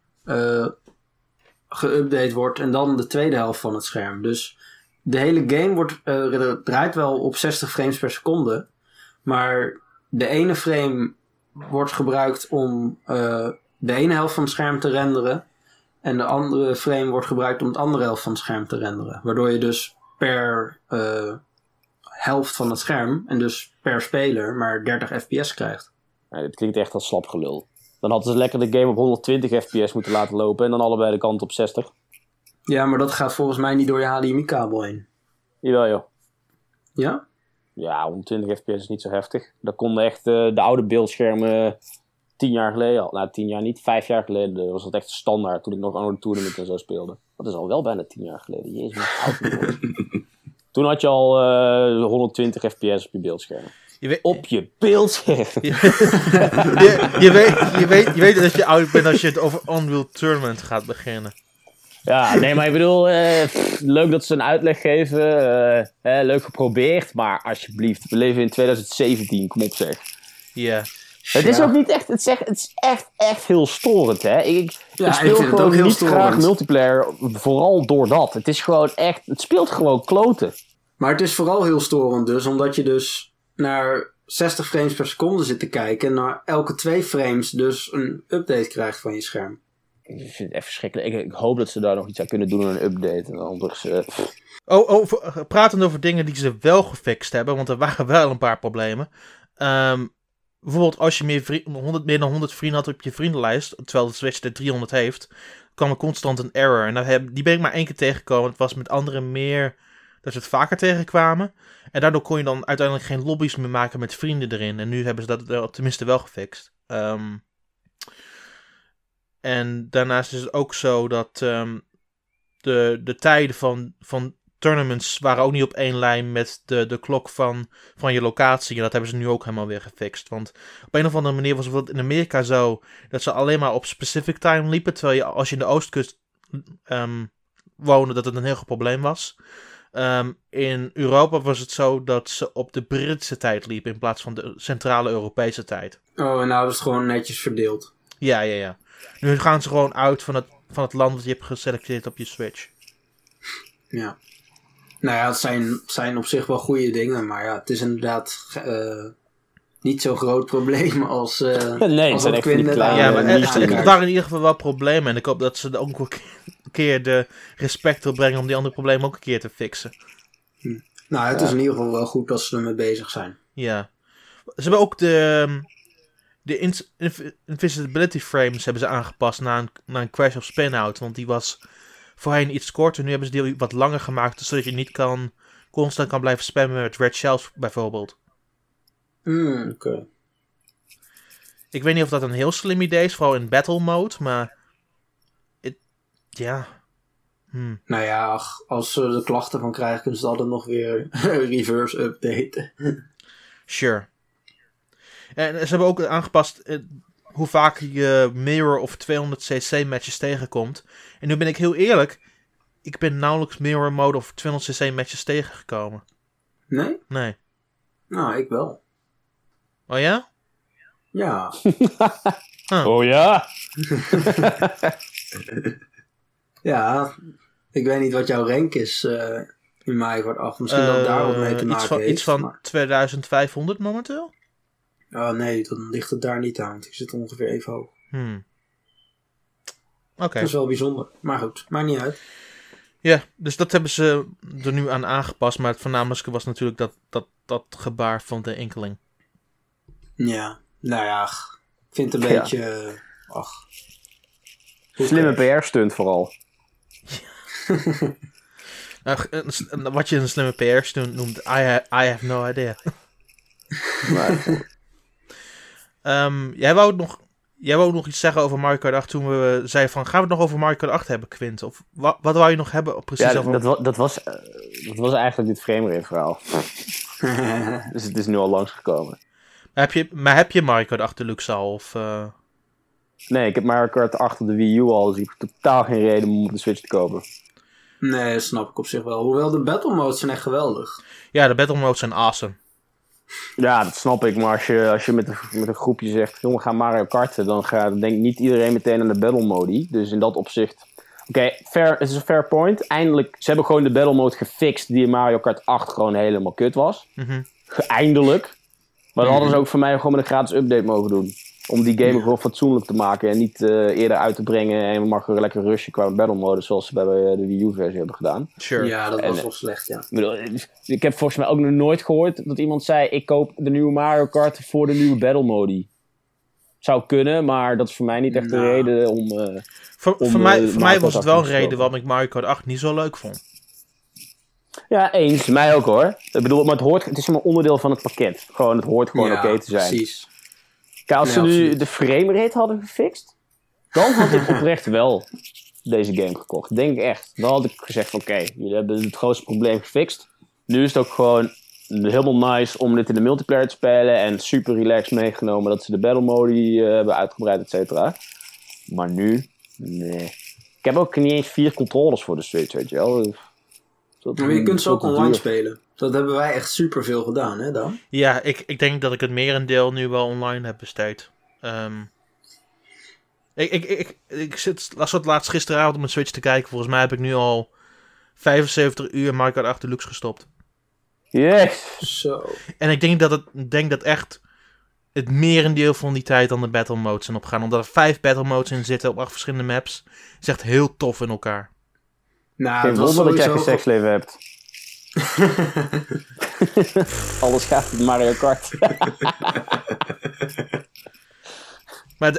S2: geüpdate wordt en dan de tweede helft van het scherm. Dus de hele game draait wel op 60 frames per seconde, maar de ene frame wordt gebruikt om de ene helft van het scherm te renderen en de andere frame wordt gebruikt om de andere helft van het scherm te renderen. Waardoor je dus per helft van het scherm en dus per speler maar 30 fps krijgt.
S3: Ja, dit klinkt echt als slap gelul. Dan hadden ze lekker de game op 120 fps moeten laten lopen en dan allebei de kant op 60.
S2: Ja, maar dat gaat volgens mij niet door je HDMI-kabel heen.
S3: Jawel, joh.
S2: Ja?
S3: Ja, 120 fps is niet zo heftig. Dat konden echt de oude beeldschermen 10 jaar geleden al. Nou, 10 jaar niet, 5 jaar geleden was dat echt standaard toen ik nog Anno Tournament en zo speelde. Dat is al wel bijna 10 jaar geleden. Jezus, wat oud ik word. Toen had je al 120 fps op je beeldscherm. Op je beeldscherm?
S1: Je weet dat je oud bent als je het over Unreal Tournament gaat beginnen.
S3: Ja, nee, maar ik bedoel, leuk dat ze een uitleg geven. Leuk geprobeerd, maar alsjeblieft, we leven in 2017, kom op zeg.
S1: Ja.
S3: Het is ook niet echt, het is echt heel storend, hè. Ik
S2: Ja,
S3: speel
S2: ik vind het
S3: gewoon
S2: ook heel
S3: niet
S2: storend.
S3: graag multiplayer, vooral door dat. Het is gewoon echt, het speelt gewoon kloten.
S2: Maar het is vooral heel storend dus, omdat je dus naar 60 frames per seconde zit te kijken en naar elke 2 frames dus een update krijgt van je scherm.
S3: Ik vind het echt verschrikkelijk. Ik hoop dat ze daar nog iets aan kunnen doen aan een update. En anders,
S1: Pratend over dingen die ze wel gefixt hebben, want er waren wel een paar problemen. Bijvoorbeeld als je meer dan 100 vrienden had op je vriendenlijst, terwijl de Switch er 300 heeft, kwam er constant een error. En die ben ik maar 1 keer tegengekomen. Het was met anderen meer dat ze het vaker tegenkwamen. En daardoor kon je dan uiteindelijk geen lobby's meer maken met vrienden erin. En nu hebben ze dat tenminste wel gefixt. En daarnaast is het ook zo dat de tijden van tournaments waren ook niet op één lijn met de klok van je locatie. En dat hebben ze nu ook helemaal weer gefixt. Want op een of andere manier was het in Amerika zo dat ze alleen maar op specific time liepen. Terwijl je als je in de oostkust woonde dat het een heel groot probleem was. In Europa was het zo dat ze op de Britse tijd liepen in plaats van de centrale Europese tijd.
S2: Oh, en nou is het gewoon netjes verdeeld.
S1: Ja. Nu gaan ze gewoon uit van het land dat je hebt geselecteerd op je Switch.
S2: Ja. Nou ja, het zijn op zich wel goede dingen, maar ja, het is inderdaad niet zo'n groot probleem als
S3: Nee,
S2: als
S3: het zijn
S2: wat
S3: echt van die
S2: Quinn
S3: kleine
S1: Ja,
S2: daar
S1: maar
S3: niche
S1: er
S3: dingen.
S1: waren in ieder geval wel problemen. En ik hoop dat ze er ook een keer de respect op brengen om die andere problemen ook een keer te fixen.
S2: Nou, het is in ieder geval wel goed dat ze ermee bezig zijn.
S1: Ja. Ze hebben ook de invisibility frames hebben ze aangepast na een Crash of Spin-Out. Want die was voorheen iets korter. Nu hebben ze die wat langer gemaakt, zodat je niet constant kan blijven spammen met red shells bijvoorbeeld.
S2: Oké.
S1: Ik weet niet of dat een heel slim idee is, vooral in battle mode, maar... Ja...
S2: Nou ja, als ze er klachten van krijgen, kunnen ze altijd nog weer reverse updaten.
S1: Sure. En ze hebben ook aangepast hoe vaak je mirror of 200cc matches tegenkomt. En nu ben ik heel eerlijk, ik ben nauwelijks mirror mode of 200cc matches tegengekomen.
S2: Nee?
S1: Nee.
S2: Nou, ik wel.
S1: Oh ja?
S2: Ja.
S3: Oh ja?
S2: Ja, ik weet niet wat jouw rank is in Mario Kart 8. Misschien dat daar wat mee te maken heeft.
S1: Iets van
S2: maar...
S1: 2500 momenteel?
S2: Oh nee, dan ligt het daar niet aan. Want ik zit ongeveer even hoog.
S1: Oké.
S2: Dat is wel bijzonder. Maar goed, maakt niet uit.
S1: Ja, dus dat hebben ze er nu aan aangepast. Maar het voornamelijke was natuurlijk dat gebaar van de enkeling.
S2: Ja, nou ja, ik vind het een beetje...
S3: Slimme PR-stunt vooral.
S1: Wat je een slimme PR-stunt noemt, I have no idea. Jij wou nog iets zeggen over Mario Kart 8 toen we zeiden van, gaan we het nog over Mario Kart 8 hebben, Quint? Of wat wou je nog hebben precies over?
S3: Dat was eigenlijk dit framerate verhaal. Dus het is nu al langsgekomen.
S1: Heb je Mario Kart 8 Deluxe al? Of,
S3: Nee, ik heb Mario Kart 8 op de Wii U al, dus ik heb totaal geen reden om op de Switch te kopen.
S2: Nee, dat snap ik op zich wel. Hoewel de battle modes zijn echt geweldig.
S1: Ja, de battle modes zijn awesome.
S3: Ja, dat snap ik, maar als je met een groepje zegt, jongen, we gaan Mario Karten, dan denkt niet iedereen meteen aan de battle mode. Dus in dat opzicht... Oké, het is een fair point. Eindelijk, ze hebben gewoon de battle mode gefixt die in Mario Kart 8 gewoon helemaal kut was. Eindelijk. Maar dan hadden ze ook voor mij gewoon met een gratis update mogen doen. Om die game gewoon fatsoenlijk te maken en niet eerder uit te brengen. En we mag gewoon lekker rushen qua battle mode zoals ze bij de Wii U versie hebben gedaan.
S1: Sure.
S2: Ja, dat was wel slecht, ja.
S3: Ik heb volgens mij ook nog nooit gehoord dat iemand zei, ik koop de nieuwe Mario Kart voor de nieuwe battle mode. Zou kunnen, maar dat is voor mij niet echt de reden om...
S1: Voor mij was het wel een reden waarom ik Mario Kart 8 niet zo leuk vond.
S3: Ja, eens. Mij ook hoor. Ik bedoel, maar het is maar onderdeel van het pakket. Gewoon, het hoort gewoon oké te zijn.
S2: Precies.
S3: Kijk, als ze nu de framerate hadden gefixt, dan had ik oprecht wel deze game gekocht. Denk ik echt. Dan had ik gezegd van oké, jullie hebben het grootste probleem gefixt. Nu is het ook gewoon helemaal nice om dit in de multiplayer te spelen. En super relaxed meegenomen dat ze de battle mode hebben uitgebreid, et cetera. Maar nu, nee. Ik heb ook niet eens 4 controllers voor de Switch, weet je wel.
S2: Maar je kunt ze ook online spelen. Dat hebben wij echt super veel gedaan, hè Dan?
S1: Ja, ik denk dat ik het merendeel nu wel online heb besteed. Ik zat laatst gisteravond op mijn Switch te kijken. Volgens mij heb ik nu al 75 uur Mario Kart 8 Deluxe gestopt.
S3: Yes!
S2: Zo.
S1: En ik denk dat echt het merendeel van die tijd aan de battle modes zijn opgaan. Omdat er 5 battle modes in zitten op 8 verschillende maps. Het is echt heel tof in elkaar.
S2: Nou,
S3: Geen
S2: het was
S3: wonder dat jij
S2: sowieso...
S3: geen seksleven hebt. Alles gaat met Mario Kart.
S1: Maar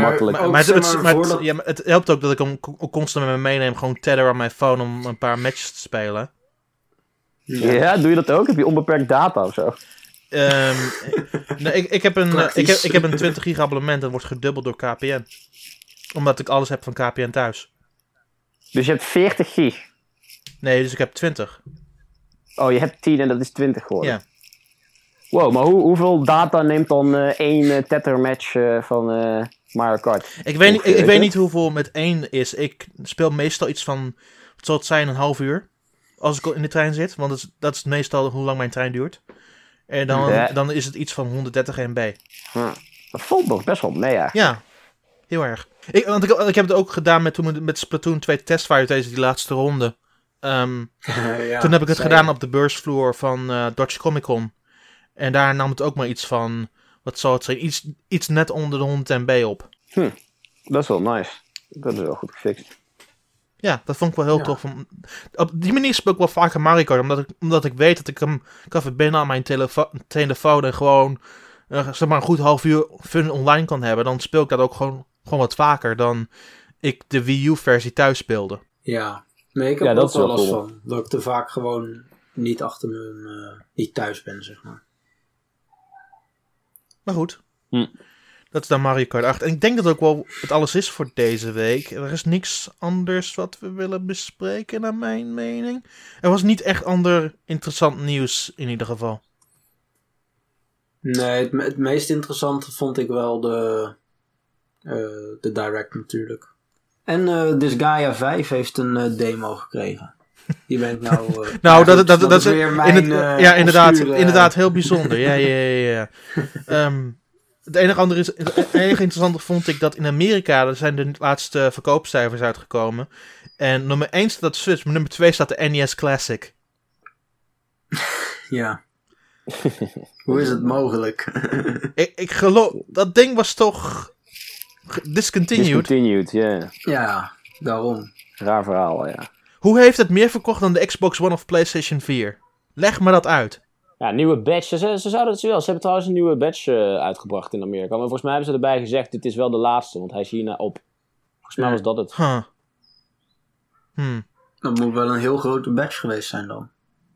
S1: het helpt ook dat ik hem constant met me meeneem. Gewoon tether aan mijn phone om een paar matches te spelen.
S3: Ja, doe je dat ook? Heb je onbeperkt data of zo?
S1: Nee, ik heb een 20 gig abonnement. Dat wordt gedubbeld door KPN. Omdat ik alles heb van KPN thuis.
S3: Dus je hebt 40 gig?
S1: Nee, dus ik heb 20.
S3: Oh, je hebt 10 en dat is 20 geworden?
S1: Ja.
S3: Wow, maar hoeveel data neemt dan één tethermatch van Mario Kart?
S1: Ik weet niet hoeveel met 1 is. Ik speel meestal iets van, wat zal het zijn, een half uur? als ik in de trein zit. Want dat is meestal hoe lang mijn trein duurt. En dan is het iets van 130 MB.
S3: Dat valt nog best wel mee eigenlijk.
S1: Ja, heel erg. Want ik heb het ook gedaan met Splatoon 2 testfire tijdens die laatste ronde. Toen heb ik het gedaan op de beursvloer van Dodge Comic Con. En daar nam het ook maar iets van, wat zal het zijn, iets net onder de 100 MB op.
S3: Dat is wel nice. Dat is wel goed gefixt.
S1: Ja, dat vond ik wel heel tof. Op die manier speel ik wel vaker Mario Kart, omdat ik weet dat ik hem kan verbinden aan mijn telefoon en gewoon zeg maar een goed half uur fun online kan hebben. Dan speel ik dat ook gewoon wat vaker dan ik de Wii U versie thuis speelde.
S2: Ja, maar ik heb ook wel last van. Dat ik te vaak gewoon niet achter niet thuis ben, zeg maar.
S1: Maar goed. Dat is dan Mario Kart 8. En ik denk dat ook wel het alles is voor deze week. Er is niks anders wat we willen bespreken, naar mijn mening. Er was niet echt ander interessant nieuws, in ieder geval.
S2: Nee, het meest interessante vond ik wel de Direct natuurlijk. En Disgaea 5 heeft een demo gekregen. Die ben ik nou...
S1: dat is
S2: weer mijn...
S1: inderdaad heel bijzonder. Ja. Het enige interessante vond ik dat in Amerika, er zijn de laatste verkoopcijfers uitgekomen. En nummer 1 staat de Switch, maar nummer 2 staat de NES Classic.
S2: Ja. Hoe is het mogelijk?
S1: ik geloof, dat ding was toch discontinued,
S3: ja.
S2: Ja, daarom.
S3: Raar verhaal, ja.
S1: Hoe heeft het meer verkocht dan de Xbox One of PlayStation 4? Leg me dat uit.
S3: Ja, nieuwe badge. Ze zouden het wel. Ze hebben trouwens een nieuwe badge uitgebracht in Amerika. Maar volgens mij hebben ze erbij gezegd, dit is wel de laatste, want hij is hierna op. Volgens mij was dat het.
S2: Dat moet wel een heel grote badge geweest zijn dan.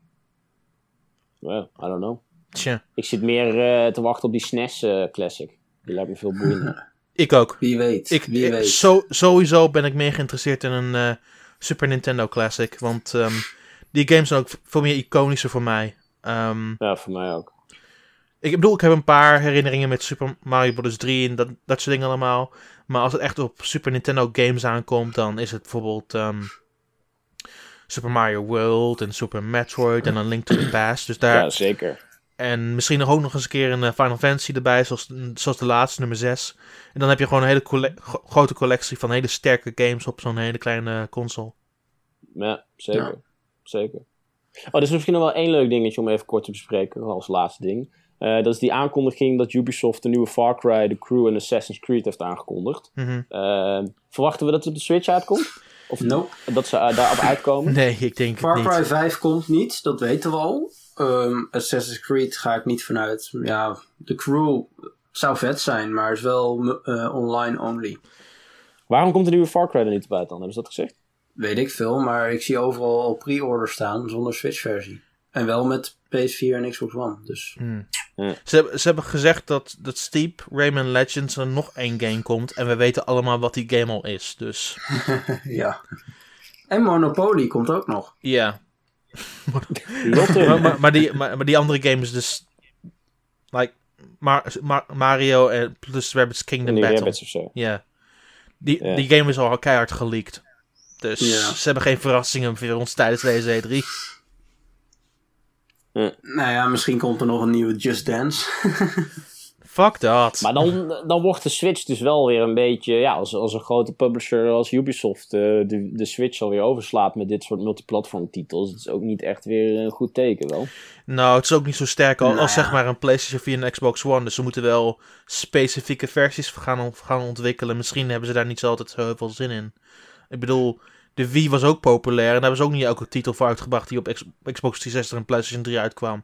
S3: Well, I don't know.
S1: Tja.
S3: Ik zit meer te wachten op die SNES Classic. Die lijkt me veel boeiender.
S1: Ik ook.
S2: Wie weet.
S1: Sowieso ben ik meer geïnteresseerd in een Super Nintendo Classic. Want die games zijn ook veel meer iconischer voor mij.
S3: Ja, voor mij ook.
S1: Ik bedoel, ik heb een paar herinneringen met Super Mario Bros. 3 en dat soort dingen allemaal. Maar als het echt op Super Nintendo games aankomt, dan is het bijvoorbeeld Super Mario World en Super Metroid en een Link to the Past. Dus daar...
S3: Ja, zeker.
S1: En misschien ook nog eens een keer een Final Fantasy erbij, zoals de laatste, nummer 6. En dan heb je gewoon een hele grote collectie van hele sterke games op zo'n hele kleine console.
S3: Ja, zeker. Ja. Zeker. Oh, er is misschien nog wel één leuk dingetje om even kort te bespreken, als laatste ding. Dat is die aankondiging dat Ubisoft de nieuwe Far Cry, The Crew en Assassin's Creed heeft aangekondigd. Verwachten we dat het op de Switch uitkomt? Of dat ze daarop uitkomen?
S1: Nee, ik denk het niet.
S2: Far Cry 5 komt niet, dat weten we al. Assassin's Creed ga ik niet vanuit. Ja, The Crew zou vet zijn, maar is wel online only.
S3: Waarom komt de nieuwe Far Cry er niet bij dan? Hebben ze dat gezegd?
S2: Weet ik veel, maar ik zie overal al pre-order staan zonder Switch-versie. En wel met PS4 en Xbox One. Dus.
S1: Ze hebben gezegd dat Steep, Rayman Legends er nog één game komt. En we weten allemaal wat die game al is. Dus.
S2: Ja. En Monopoly komt ook nog.
S1: Ja. maar die andere game is dus. Like. Mario en plus Rabbids Kingdom Battle.
S3: Rabbids of zo.
S1: Ja. Die game is al keihard geleakt. Dus ze hebben geen verrassingen voor ons tijdens deze E3.
S2: Nou ja, misschien komt er nog een nieuwe Just Dance.
S1: Fuck dat.
S3: Maar dan wordt de Switch dus wel weer een beetje... Ja, als een grote publisher als Ubisoft de Switch alweer overslaat met dit soort multiplatform titels. Dat is ook niet echt weer een goed teken wel.
S1: Nou, het is ook niet zo sterk als zeg maar een PlayStation 4 en een Xbox One. Dus ze moeten wel specifieke versies gaan ontwikkelen. Misschien hebben ze daar niet zo altijd zo heel veel zin in. Ik bedoel, de Wii was ook populair. En daar hebben ze ook niet elke titel voor uitgebracht die op Xbox 360 en PlayStation 3 uitkwam.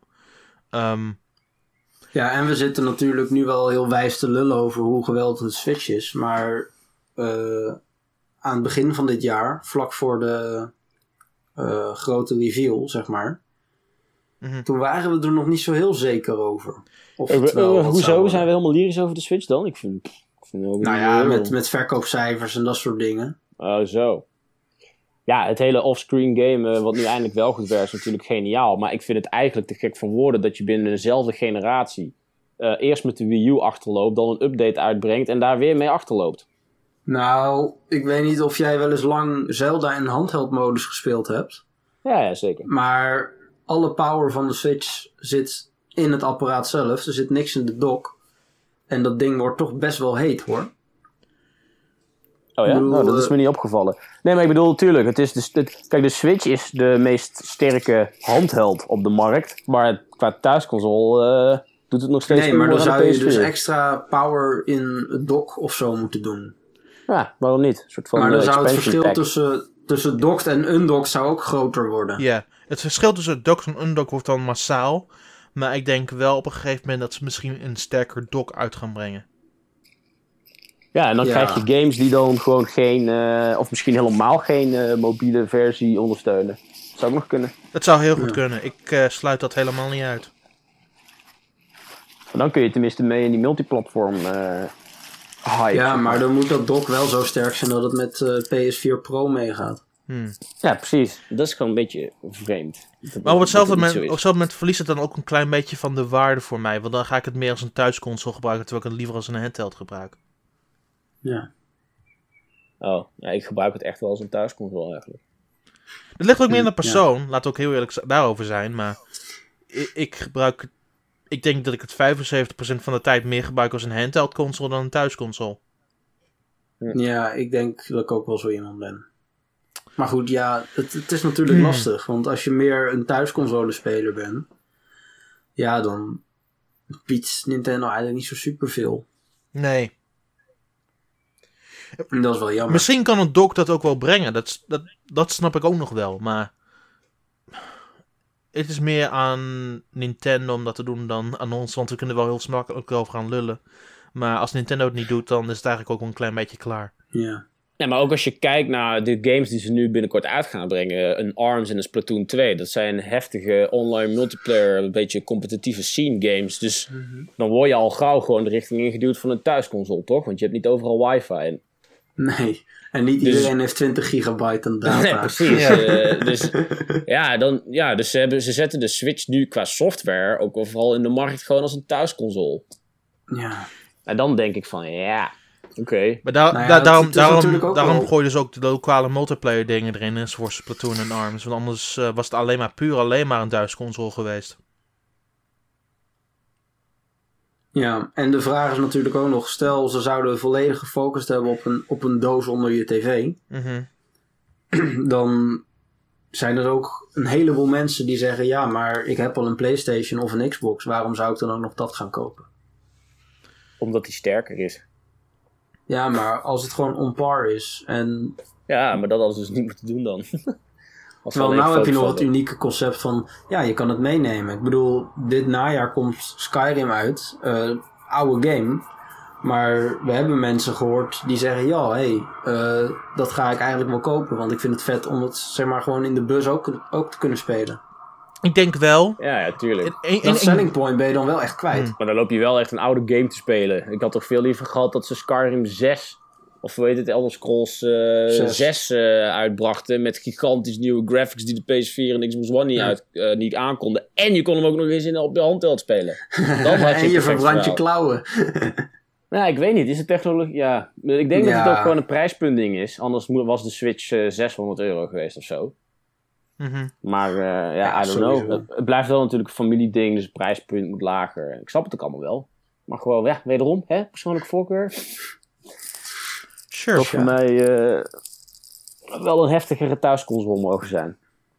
S2: Ja, en we zitten natuurlijk nu wel heel wijs te lullen over hoe geweldig de Switch is. Maar aan het begin van dit jaar, vlak voor de grote reveal, zeg maar. Toen waren we er nog niet zo heel zeker over.
S3: Hoezo? Zijn we helemaal lyrisch over de Switch dan? Ik vind
S2: nou ja, met verkoopcijfers en dat soort dingen.
S3: Oh, zo. Ja, het hele offscreen game, wat nu eindelijk wel goed werkt, is natuurlijk geniaal. Maar ik vind het eigenlijk te gek voor woorden dat je binnen dezelfde generatie eerst met de Wii U achterloopt, dan een update uitbrengt en daar weer mee achterloopt.
S2: Nou, ik weet niet of jij wel eens lang Zelda in handheld modus gespeeld hebt.
S3: Ja, zeker.
S2: Maar alle power van de Switch zit in het apparaat zelf. Er zit niks in de dock. En dat ding wordt toch best wel heet, hoor.
S3: Oh ja?
S2: Ik bedoel,
S3: Nou, dat is me niet opgevallen. Nee, maar ik bedoel, tuurlijk. Het is kijk, de Switch is de meest sterke handheld op de markt. Maar qua thuisconsole doet het nog steeds
S2: Nee, maar dan
S3: aan de
S2: zou je
S3: PS4.
S2: dus extra power in het dock of zo moeten doen.
S3: Ja, waarom niet? Een soort van
S2: Maar dan zou het
S3: expansion
S2: verschil
S3: pack.
S2: tussen docked en undocked zou ook groter worden.
S1: Ja, het verschil tussen dock en undock wordt dan massaal. Maar ik denk wel op een gegeven moment dat ze misschien een sterker dock uit gaan brengen.
S3: Ja, en dan
S2: Ja.
S3: krijg je games die dan gewoon geen... of misschien helemaal geen mobiele versie ondersteunen. Dat zou ook nog kunnen.
S1: Dat zou heel goed
S2: Ja.
S1: kunnen. Ik sluit dat helemaal niet uit.
S3: Maar dan kun je tenminste mee in die multiplatform hype.
S2: Ja, maar dan moet dat dock wel zo sterk zijn dat het met PS4 Pro meegaat.
S3: Ja, precies. Dat is gewoon een beetje vreemd.
S1: Maar op hetzelfde
S3: dat het niet
S1: moment,
S3: zo is.
S1: verliest het dan ook een klein beetje van de waarde voor mij. Want dan ga ik het meer als een thuisconsole gebruiken, terwijl ik het liever als een handheld gebruik.
S2: Ja.
S3: Oh, ja, ik gebruik het echt wel als een thuisconsole eigenlijk.
S1: Het ligt ook meer aan de persoon, laat ook heel eerlijk daarover zijn. Maar ik denk dat ik het 75% van de tijd meer gebruik als een handheld console dan een thuisconsole.
S2: Ja, ik denk dat ik ook wel zo iemand ben. Maar goed, ja, het is natuurlijk lastig. Want als je meer een thuisconsole speler bent, ja, dan biedt Nintendo eigenlijk niet zo superveel.
S1: Nee.
S2: En dat is wel jammer.
S1: Misschien kan een dock dat ook wel brengen. Dat snap ik ook nog wel. Maar het is meer aan Nintendo om dat te doen dan aan ons. Want we kunnen wel heel smakkelijk over gaan lullen. Maar als Nintendo het niet doet, dan is het eigenlijk ook wel een klein beetje klaar.
S2: Ja.
S3: Ja, maar ook als je kijkt naar de games die ze nu binnenkort uit gaan brengen. Een ARMS en een Splatoon 2. Dat zijn heftige online multiplayer, een beetje competitieve scene games. Dus dan word je al gauw gewoon de richting ingeduwd van een thuisconsole, toch? Want je hebt niet overal wifi. En...
S2: Nee. En niet
S3: Dus-
S2: iedereen heeft 20 gigabyte aan data.
S3: Nee, precies. Dus ze zetten de Switch nu qua software ook overal in de markt gewoon als een thuisconsole.
S2: Ja.
S3: En dan denk ik van, ja, oké.
S1: Maar
S2: Nou ja, het is natuurlijk ook
S1: daarom
S2: wel-
S1: gooi je dus ook de lokale multiplayer dingen erin. Voor Splatoon en ARMS. Want anders was het alleen maar een thuisconsole geweest.
S2: Ja, en de vraag is natuurlijk ook nog, stel ze zouden volledig gefocust hebben op een doos onder je tv,
S1: Mhm.
S2: dan zijn er ook een heleboel mensen die zeggen, ja, maar ik heb al een PlayStation of een Xbox, waarom zou ik dan ook nog dat gaan kopen?
S3: Omdat die sterker is.
S2: Ja, maar als het gewoon on par is en
S3: Ja, maar dat hadden ze dus niet moeten doen dan. Als ze
S2: terwijl
S3: alleen
S2: nou heb je
S3: focus
S2: nog het
S3: hadden.
S2: unieke concept van, ja, je kan het meenemen. Ik bedoel, dit najaar komt Skyrim uit, oude game. Maar we hebben mensen gehoord die zeggen, ja, dat ga ik eigenlijk wel kopen. Want ik vind het vet om het, zeg maar, gewoon in de bus ook te kunnen spelen.
S1: Ik denk wel.
S3: Ja, tuurlijk.
S2: Dat selling point ben je dan wel echt kwijt.
S3: Maar dan loop je wel echt een oude game te spelen. Ik had toch veel liever gehad dat ze Skyrim 6... Of hoe heet het, Elder Scrolls 6 uitbrachten. Met gigantisch nieuwe graphics die de PS4 en Xbox One niet aankonden. En je kon hem ook nog eens op je handheld spelen. Dan had je
S2: En je
S3: een perfect
S2: verbrandt je
S3: verhaal.
S2: klauwen.
S3: Nou, ik weet niet. Is het technologie... Ja, ik denk dat het
S2: Ja.
S3: ook gewoon een prijspuntding is. Anders was de Switch €600 geweest of zo.
S1: Mhm.
S3: Maar
S2: Ja,
S3: I don't
S2: sowieso.
S3: know. Het blijft wel natuurlijk een familieding, dus het prijspunt moet lager. Ik snap het ook allemaal wel. Maar gewoon, ja, wederom, persoonlijke voorkeur.
S1: Sure.
S3: Dat voor mij wel een heftigere thuisconsole mogen zijn.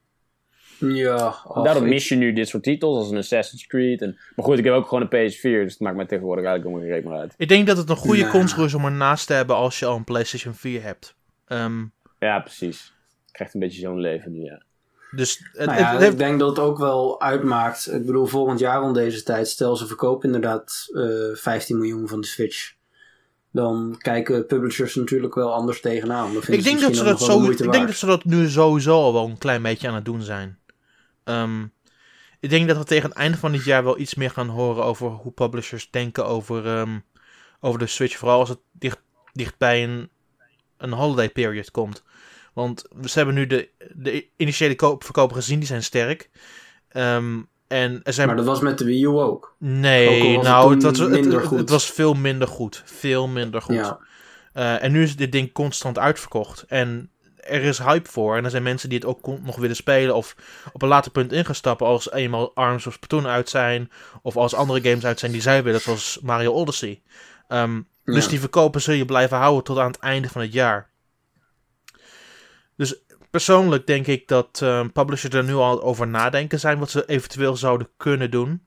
S2: Ja.
S3: Daarom mis je nu dit soort titels als een Assassin's Creed. Maar goed, ik heb ook gewoon een PS4, dus het maakt mij tegenwoordig eigenlijk helemaal geen reet meer uit.
S1: Ik denk dat het een goede
S2: Nee.
S1: console is om ernaast te hebben als je al een PlayStation 4 hebt.
S3: Ja, precies. Je krijgt een beetje zo'n leven nu, ja.
S1: Dus het,
S2: Nou ja,
S1: het heeft...
S2: ik denk dat het ook wel uitmaakt. Ik bedoel, volgend jaar rond deze tijd, stel ze verkopen inderdaad 15 miljoen van de Switch. Dan kijken publishers natuurlijk wel anders tegenaan. Dan vinden
S1: Ik denk,
S2: ze
S1: dat ze
S2: misschien
S1: dat
S2: ook nog wel de moeite
S1: ik denk
S2: waard.
S1: dat ze dat nu sowieso al wel een klein beetje aan het doen zijn. Ik denk dat we tegen het einde van dit jaar wel iets meer gaan horen over hoe publishers denken over de Switch. Vooral als het dicht bij een holiday period komt. Want ze hebben nu de initiële verkopen gezien, die zijn sterk. En er zijn...
S2: Maar dat was met de Wii U ook. Ook al
S1: Nee,
S2: was
S1: nou,
S2: het toen minder goed.
S1: het was veel minder goed. Veel minder goed.
S2: Ja.
S1: En nu is dit ding constant uitverkocht. En er is hype voor. En er zijn mensen die het ook nog willen spelen of op een later punt in gaan stappen als eenmaal ARMS of Splatoon uit zijn. Of als andere games uit zijn die zij willen, zoals Mario Odyssey. Dus die verkopen zul je blijven houden tot aan het einde van het jaar. Dus persoonlijk denk ik dat publishers er nu al over nadenken zijn wat ze eventueel zouden kunnen doen.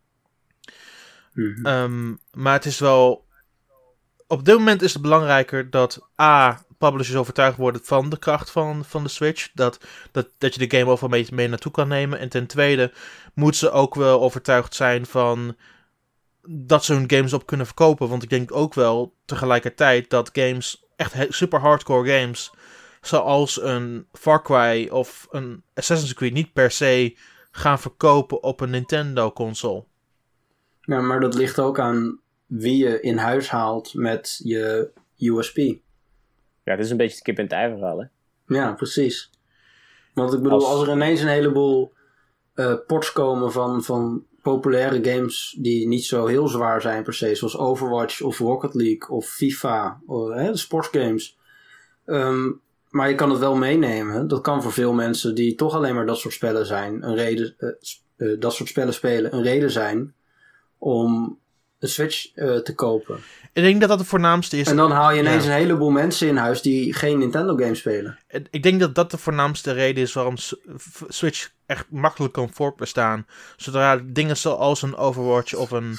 S1: Maar het is wel... Op dit moment is het belangrijker dat publishers overtuigd worden van de kracht van de Switch. Dat je de game overal mee naartoe kan nemen. En ten tweede moeten ze ook wel overtuigd zijn van dat ze hun games op kunnen verkopen. Want ik denk ook wel tegelijkertijd dat games, echt super hardcore games, zoals een Far Cry of een Assassin's Creed, niet per se gaan verkopen op een Nintendo console.
S2: Ja, maar dat ligt ook aan wie je in huis haalt met je USP.
S3: Ja, het is een beetje het kip en het ei verhaal, hè?
S2: Ja, precies. Want ik bedoel, als er ineens een heleboel ports komen van populaire games die niet zo heel zwaar zijn per se, zoals Overwatch of Rocket League of FIFA, de sportsgames. Maar je kan het wel meenemen. Dat kan voor veel mensen die toch alleen maar dat soort spellen zijn, dat soort spellen spelen, een reden zijn om een Switch te kopen.
S1: Ik denk dat dat de voornaamste is.
S2: En dan haal je ineens een heleboel mensen in huis die geen Nintendo games spelen.
S1: Ik denk dat dat de voornaamste reden is waarom Switch echt makkelijk kan voortbestaan. Zodra dingen zoals een Overwatch of een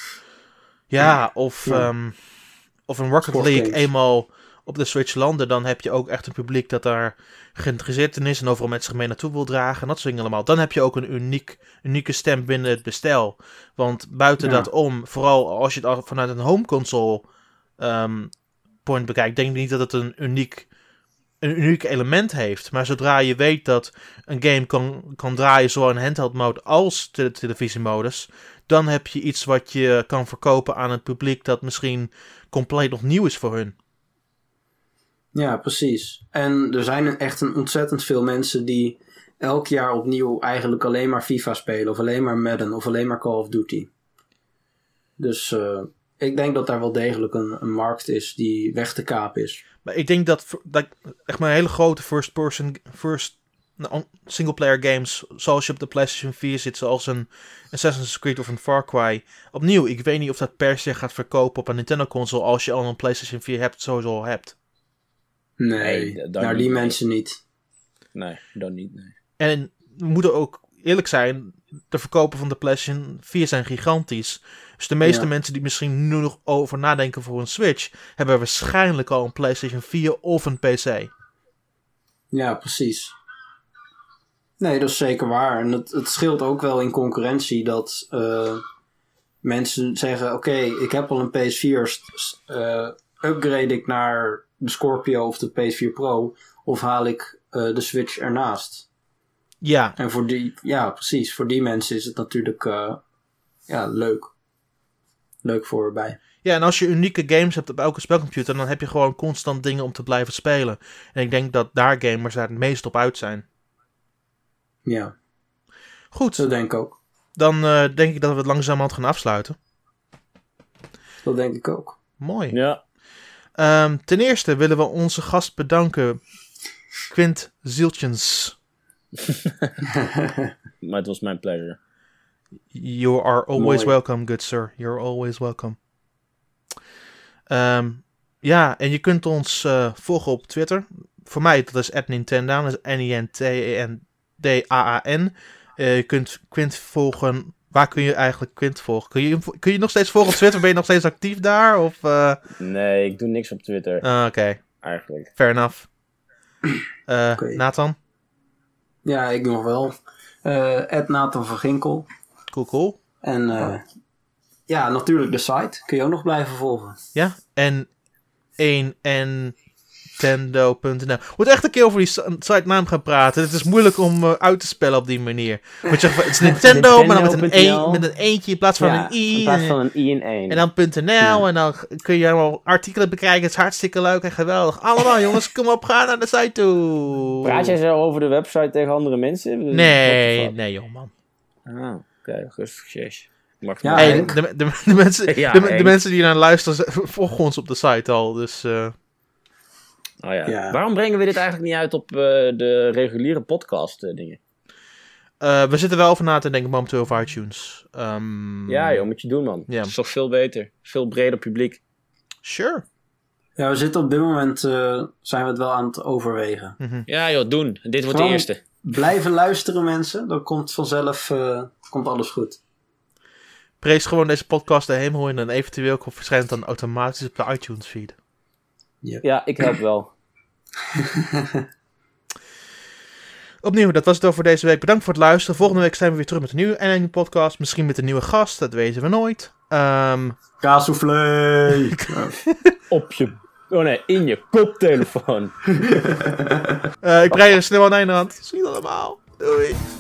S1: of een Rocket League eenmaal op de Switch landen, dan heb je ook echt een publiek dat daar geïnteresseerd in is en overal met zich mee naartoe wil dragen en dat soort dingen allemaal. Dan heb je ook een unieke stem binnen het bestel. Want buiten dat om, vooral als je het al vanuit een home console point bekijkt, denk ik niet dat het een uniek element heeft. Maar zodra je weet dat een game kan draaien zowel in handheld mode als de televisiemodus, dan heb je iets wat je kan verkopen aan het publiek dat misschien compleet nog nieuw is voor hun.
S2: Ja, precies. En er zijn echt ontzettend veel mensen die elk jaar opnieuw eigenlijk alleen maar FIFA spelen, of alleen maar Madden, of alleen maar Call of Duty. Dus ik denk dat daar wel degelijk een markt is die weg te kapen is.
S1: Maar ik denk dat echt maar hele grote single-player games, zoals je op de PlayStation 4 zit, zoals een Assassin's Creed of een Far Cry. Opnieuw, ik weet niet of dat per se gaat verkopen op een Nintendo-console als je al een PlayStation 4 hebt, sowieso al hebt.
S2: Nee, naar die mensen niet.
S3: Nee, dan niet, nee.
S1: En we moeten ook eerlijk zijn, de verkopen van de PlayStation 4 zijn gigantisch. Dus de meeste mensen die misschien nu nog over nadenken voor een Switch, hebben waarschijnlijk al een PlayStation 4 of een PC.
S2: Ja, precies. Nee, dat is zeker waar. En het scheelt ook wel in concurrentie dat mensen zeggen, oké, ik heb al een PS4, upgrade ik naar de Scorpio of de PS4 Pro, of haal ik de Switch ernaast.
S1: Ja.
S2: En precies. Voor die mensen is het natuurlijk leuk. Leuk voorbij.
S1: Ja, en als je unieke games hebt op elke spelcomputer, dan heb je gewoon constant dingen om te blijven spelen. En ik denk dat daar gamers daar het meest op uit zijn.
S2: Ja.
S1: Goed.
S2: Dat denk ik ook.
S1: Dan denk ik dat we het langzamerhand gaan afsluiten.
S2: Dat denk ik ook.
S1: Mooi.
S3: Ja.
S1: Ten eerste willen we onze gast bedanken, Quint Zieltjens.
S3: Maar het was mijn pleasure.
S1: You are always
S2: Mooi.
S1: welcome, good sir. You're always welcome. En je kunt ons volgen op Twitter. Voor mij, dat is @Nintendaan. Dat is NINTENDAAN. Je kunt Quint volgen. Waar kun je eigenlijk Quint volgen? Kun je nog steeds volgen op Twitter? Ben je nog steeds actief daar? Of,
S3: Nee, ik doe niks op Twitter.
S1: Oké.
S3: Eigenlijk.
S1: Fair enough.
S2: Oké.
S1: Nathan?
S2: Ja, ik nog wel. Nathan van Ginkel.
S1: Cool.
S2: En natuurlijk de site. Kun je ook nog blijven volgen.
S1: Ja, en Nintendo.nl. Moet echt een keer over die site naam gaan praten. Het is moeilijk om uit te spellen op die manier. Want je, het is Nintendo, maar dan met een eentje in plaats van een i.
S3: In plaats van een i en 1.
S1: En dan .nl en dan kun je allemaal artikelen bekijken. Het is hartstikke leuk en geweldig. Allemaal jongens, kom op, ga naar de site toe.
S3: Praat jij zo over de website tegen andere mensen?
S1: Nee joh man.
S3: Oké, rustig, yes.
S2: Ja,
S1: Hey,
S2: Henk.
S1: de mensen,
S3: Ja,
S1: de
S3: Henk.
S1: mensen die naar luisteren, volgen ons op de site al. Dus
S4: Oh ja.
S2: Ja.
S4: Waarom brengen we dit eigenlijk niet uit op de reguliere podcast dingen?
S1: We zitten wel over na te denken momenteel over iTunes.
S4: Ja joh, moet je doen man.
S1: Ja.
S4: Dat is toch veel beter. Veel breder publiek.
S1: Sure.
S2: Ja, we zitten op dit moment, zijn we het wel aan het overwegen.
S1: Mhm.
S4: Ja joh, doen. Dit wordt
S2: Gewoon
S4: de eerste.
S2: Blijven luisteren mensen, dan komt vanzelf komt alles goed.
S1: Prees gewoon deze podcast de hemel in en eventueel verschijnt het dan automatisch op de iTunes feed.
S3: Ja, ik help wel.
S1: Opnieuw, dat was het over deze week. Bedankt voor het luisteren. Volgende week zijn we weer terug met een nieuwe NN podcast. Misschien met een nieuwe gast, dat weten we nooit.
S2: Kaassoufflé!
S3: Op je... Oh nee, in je koptelefoon.
S1: Ik breid er snel aan de ene hand. Zie je allemaal. Doei.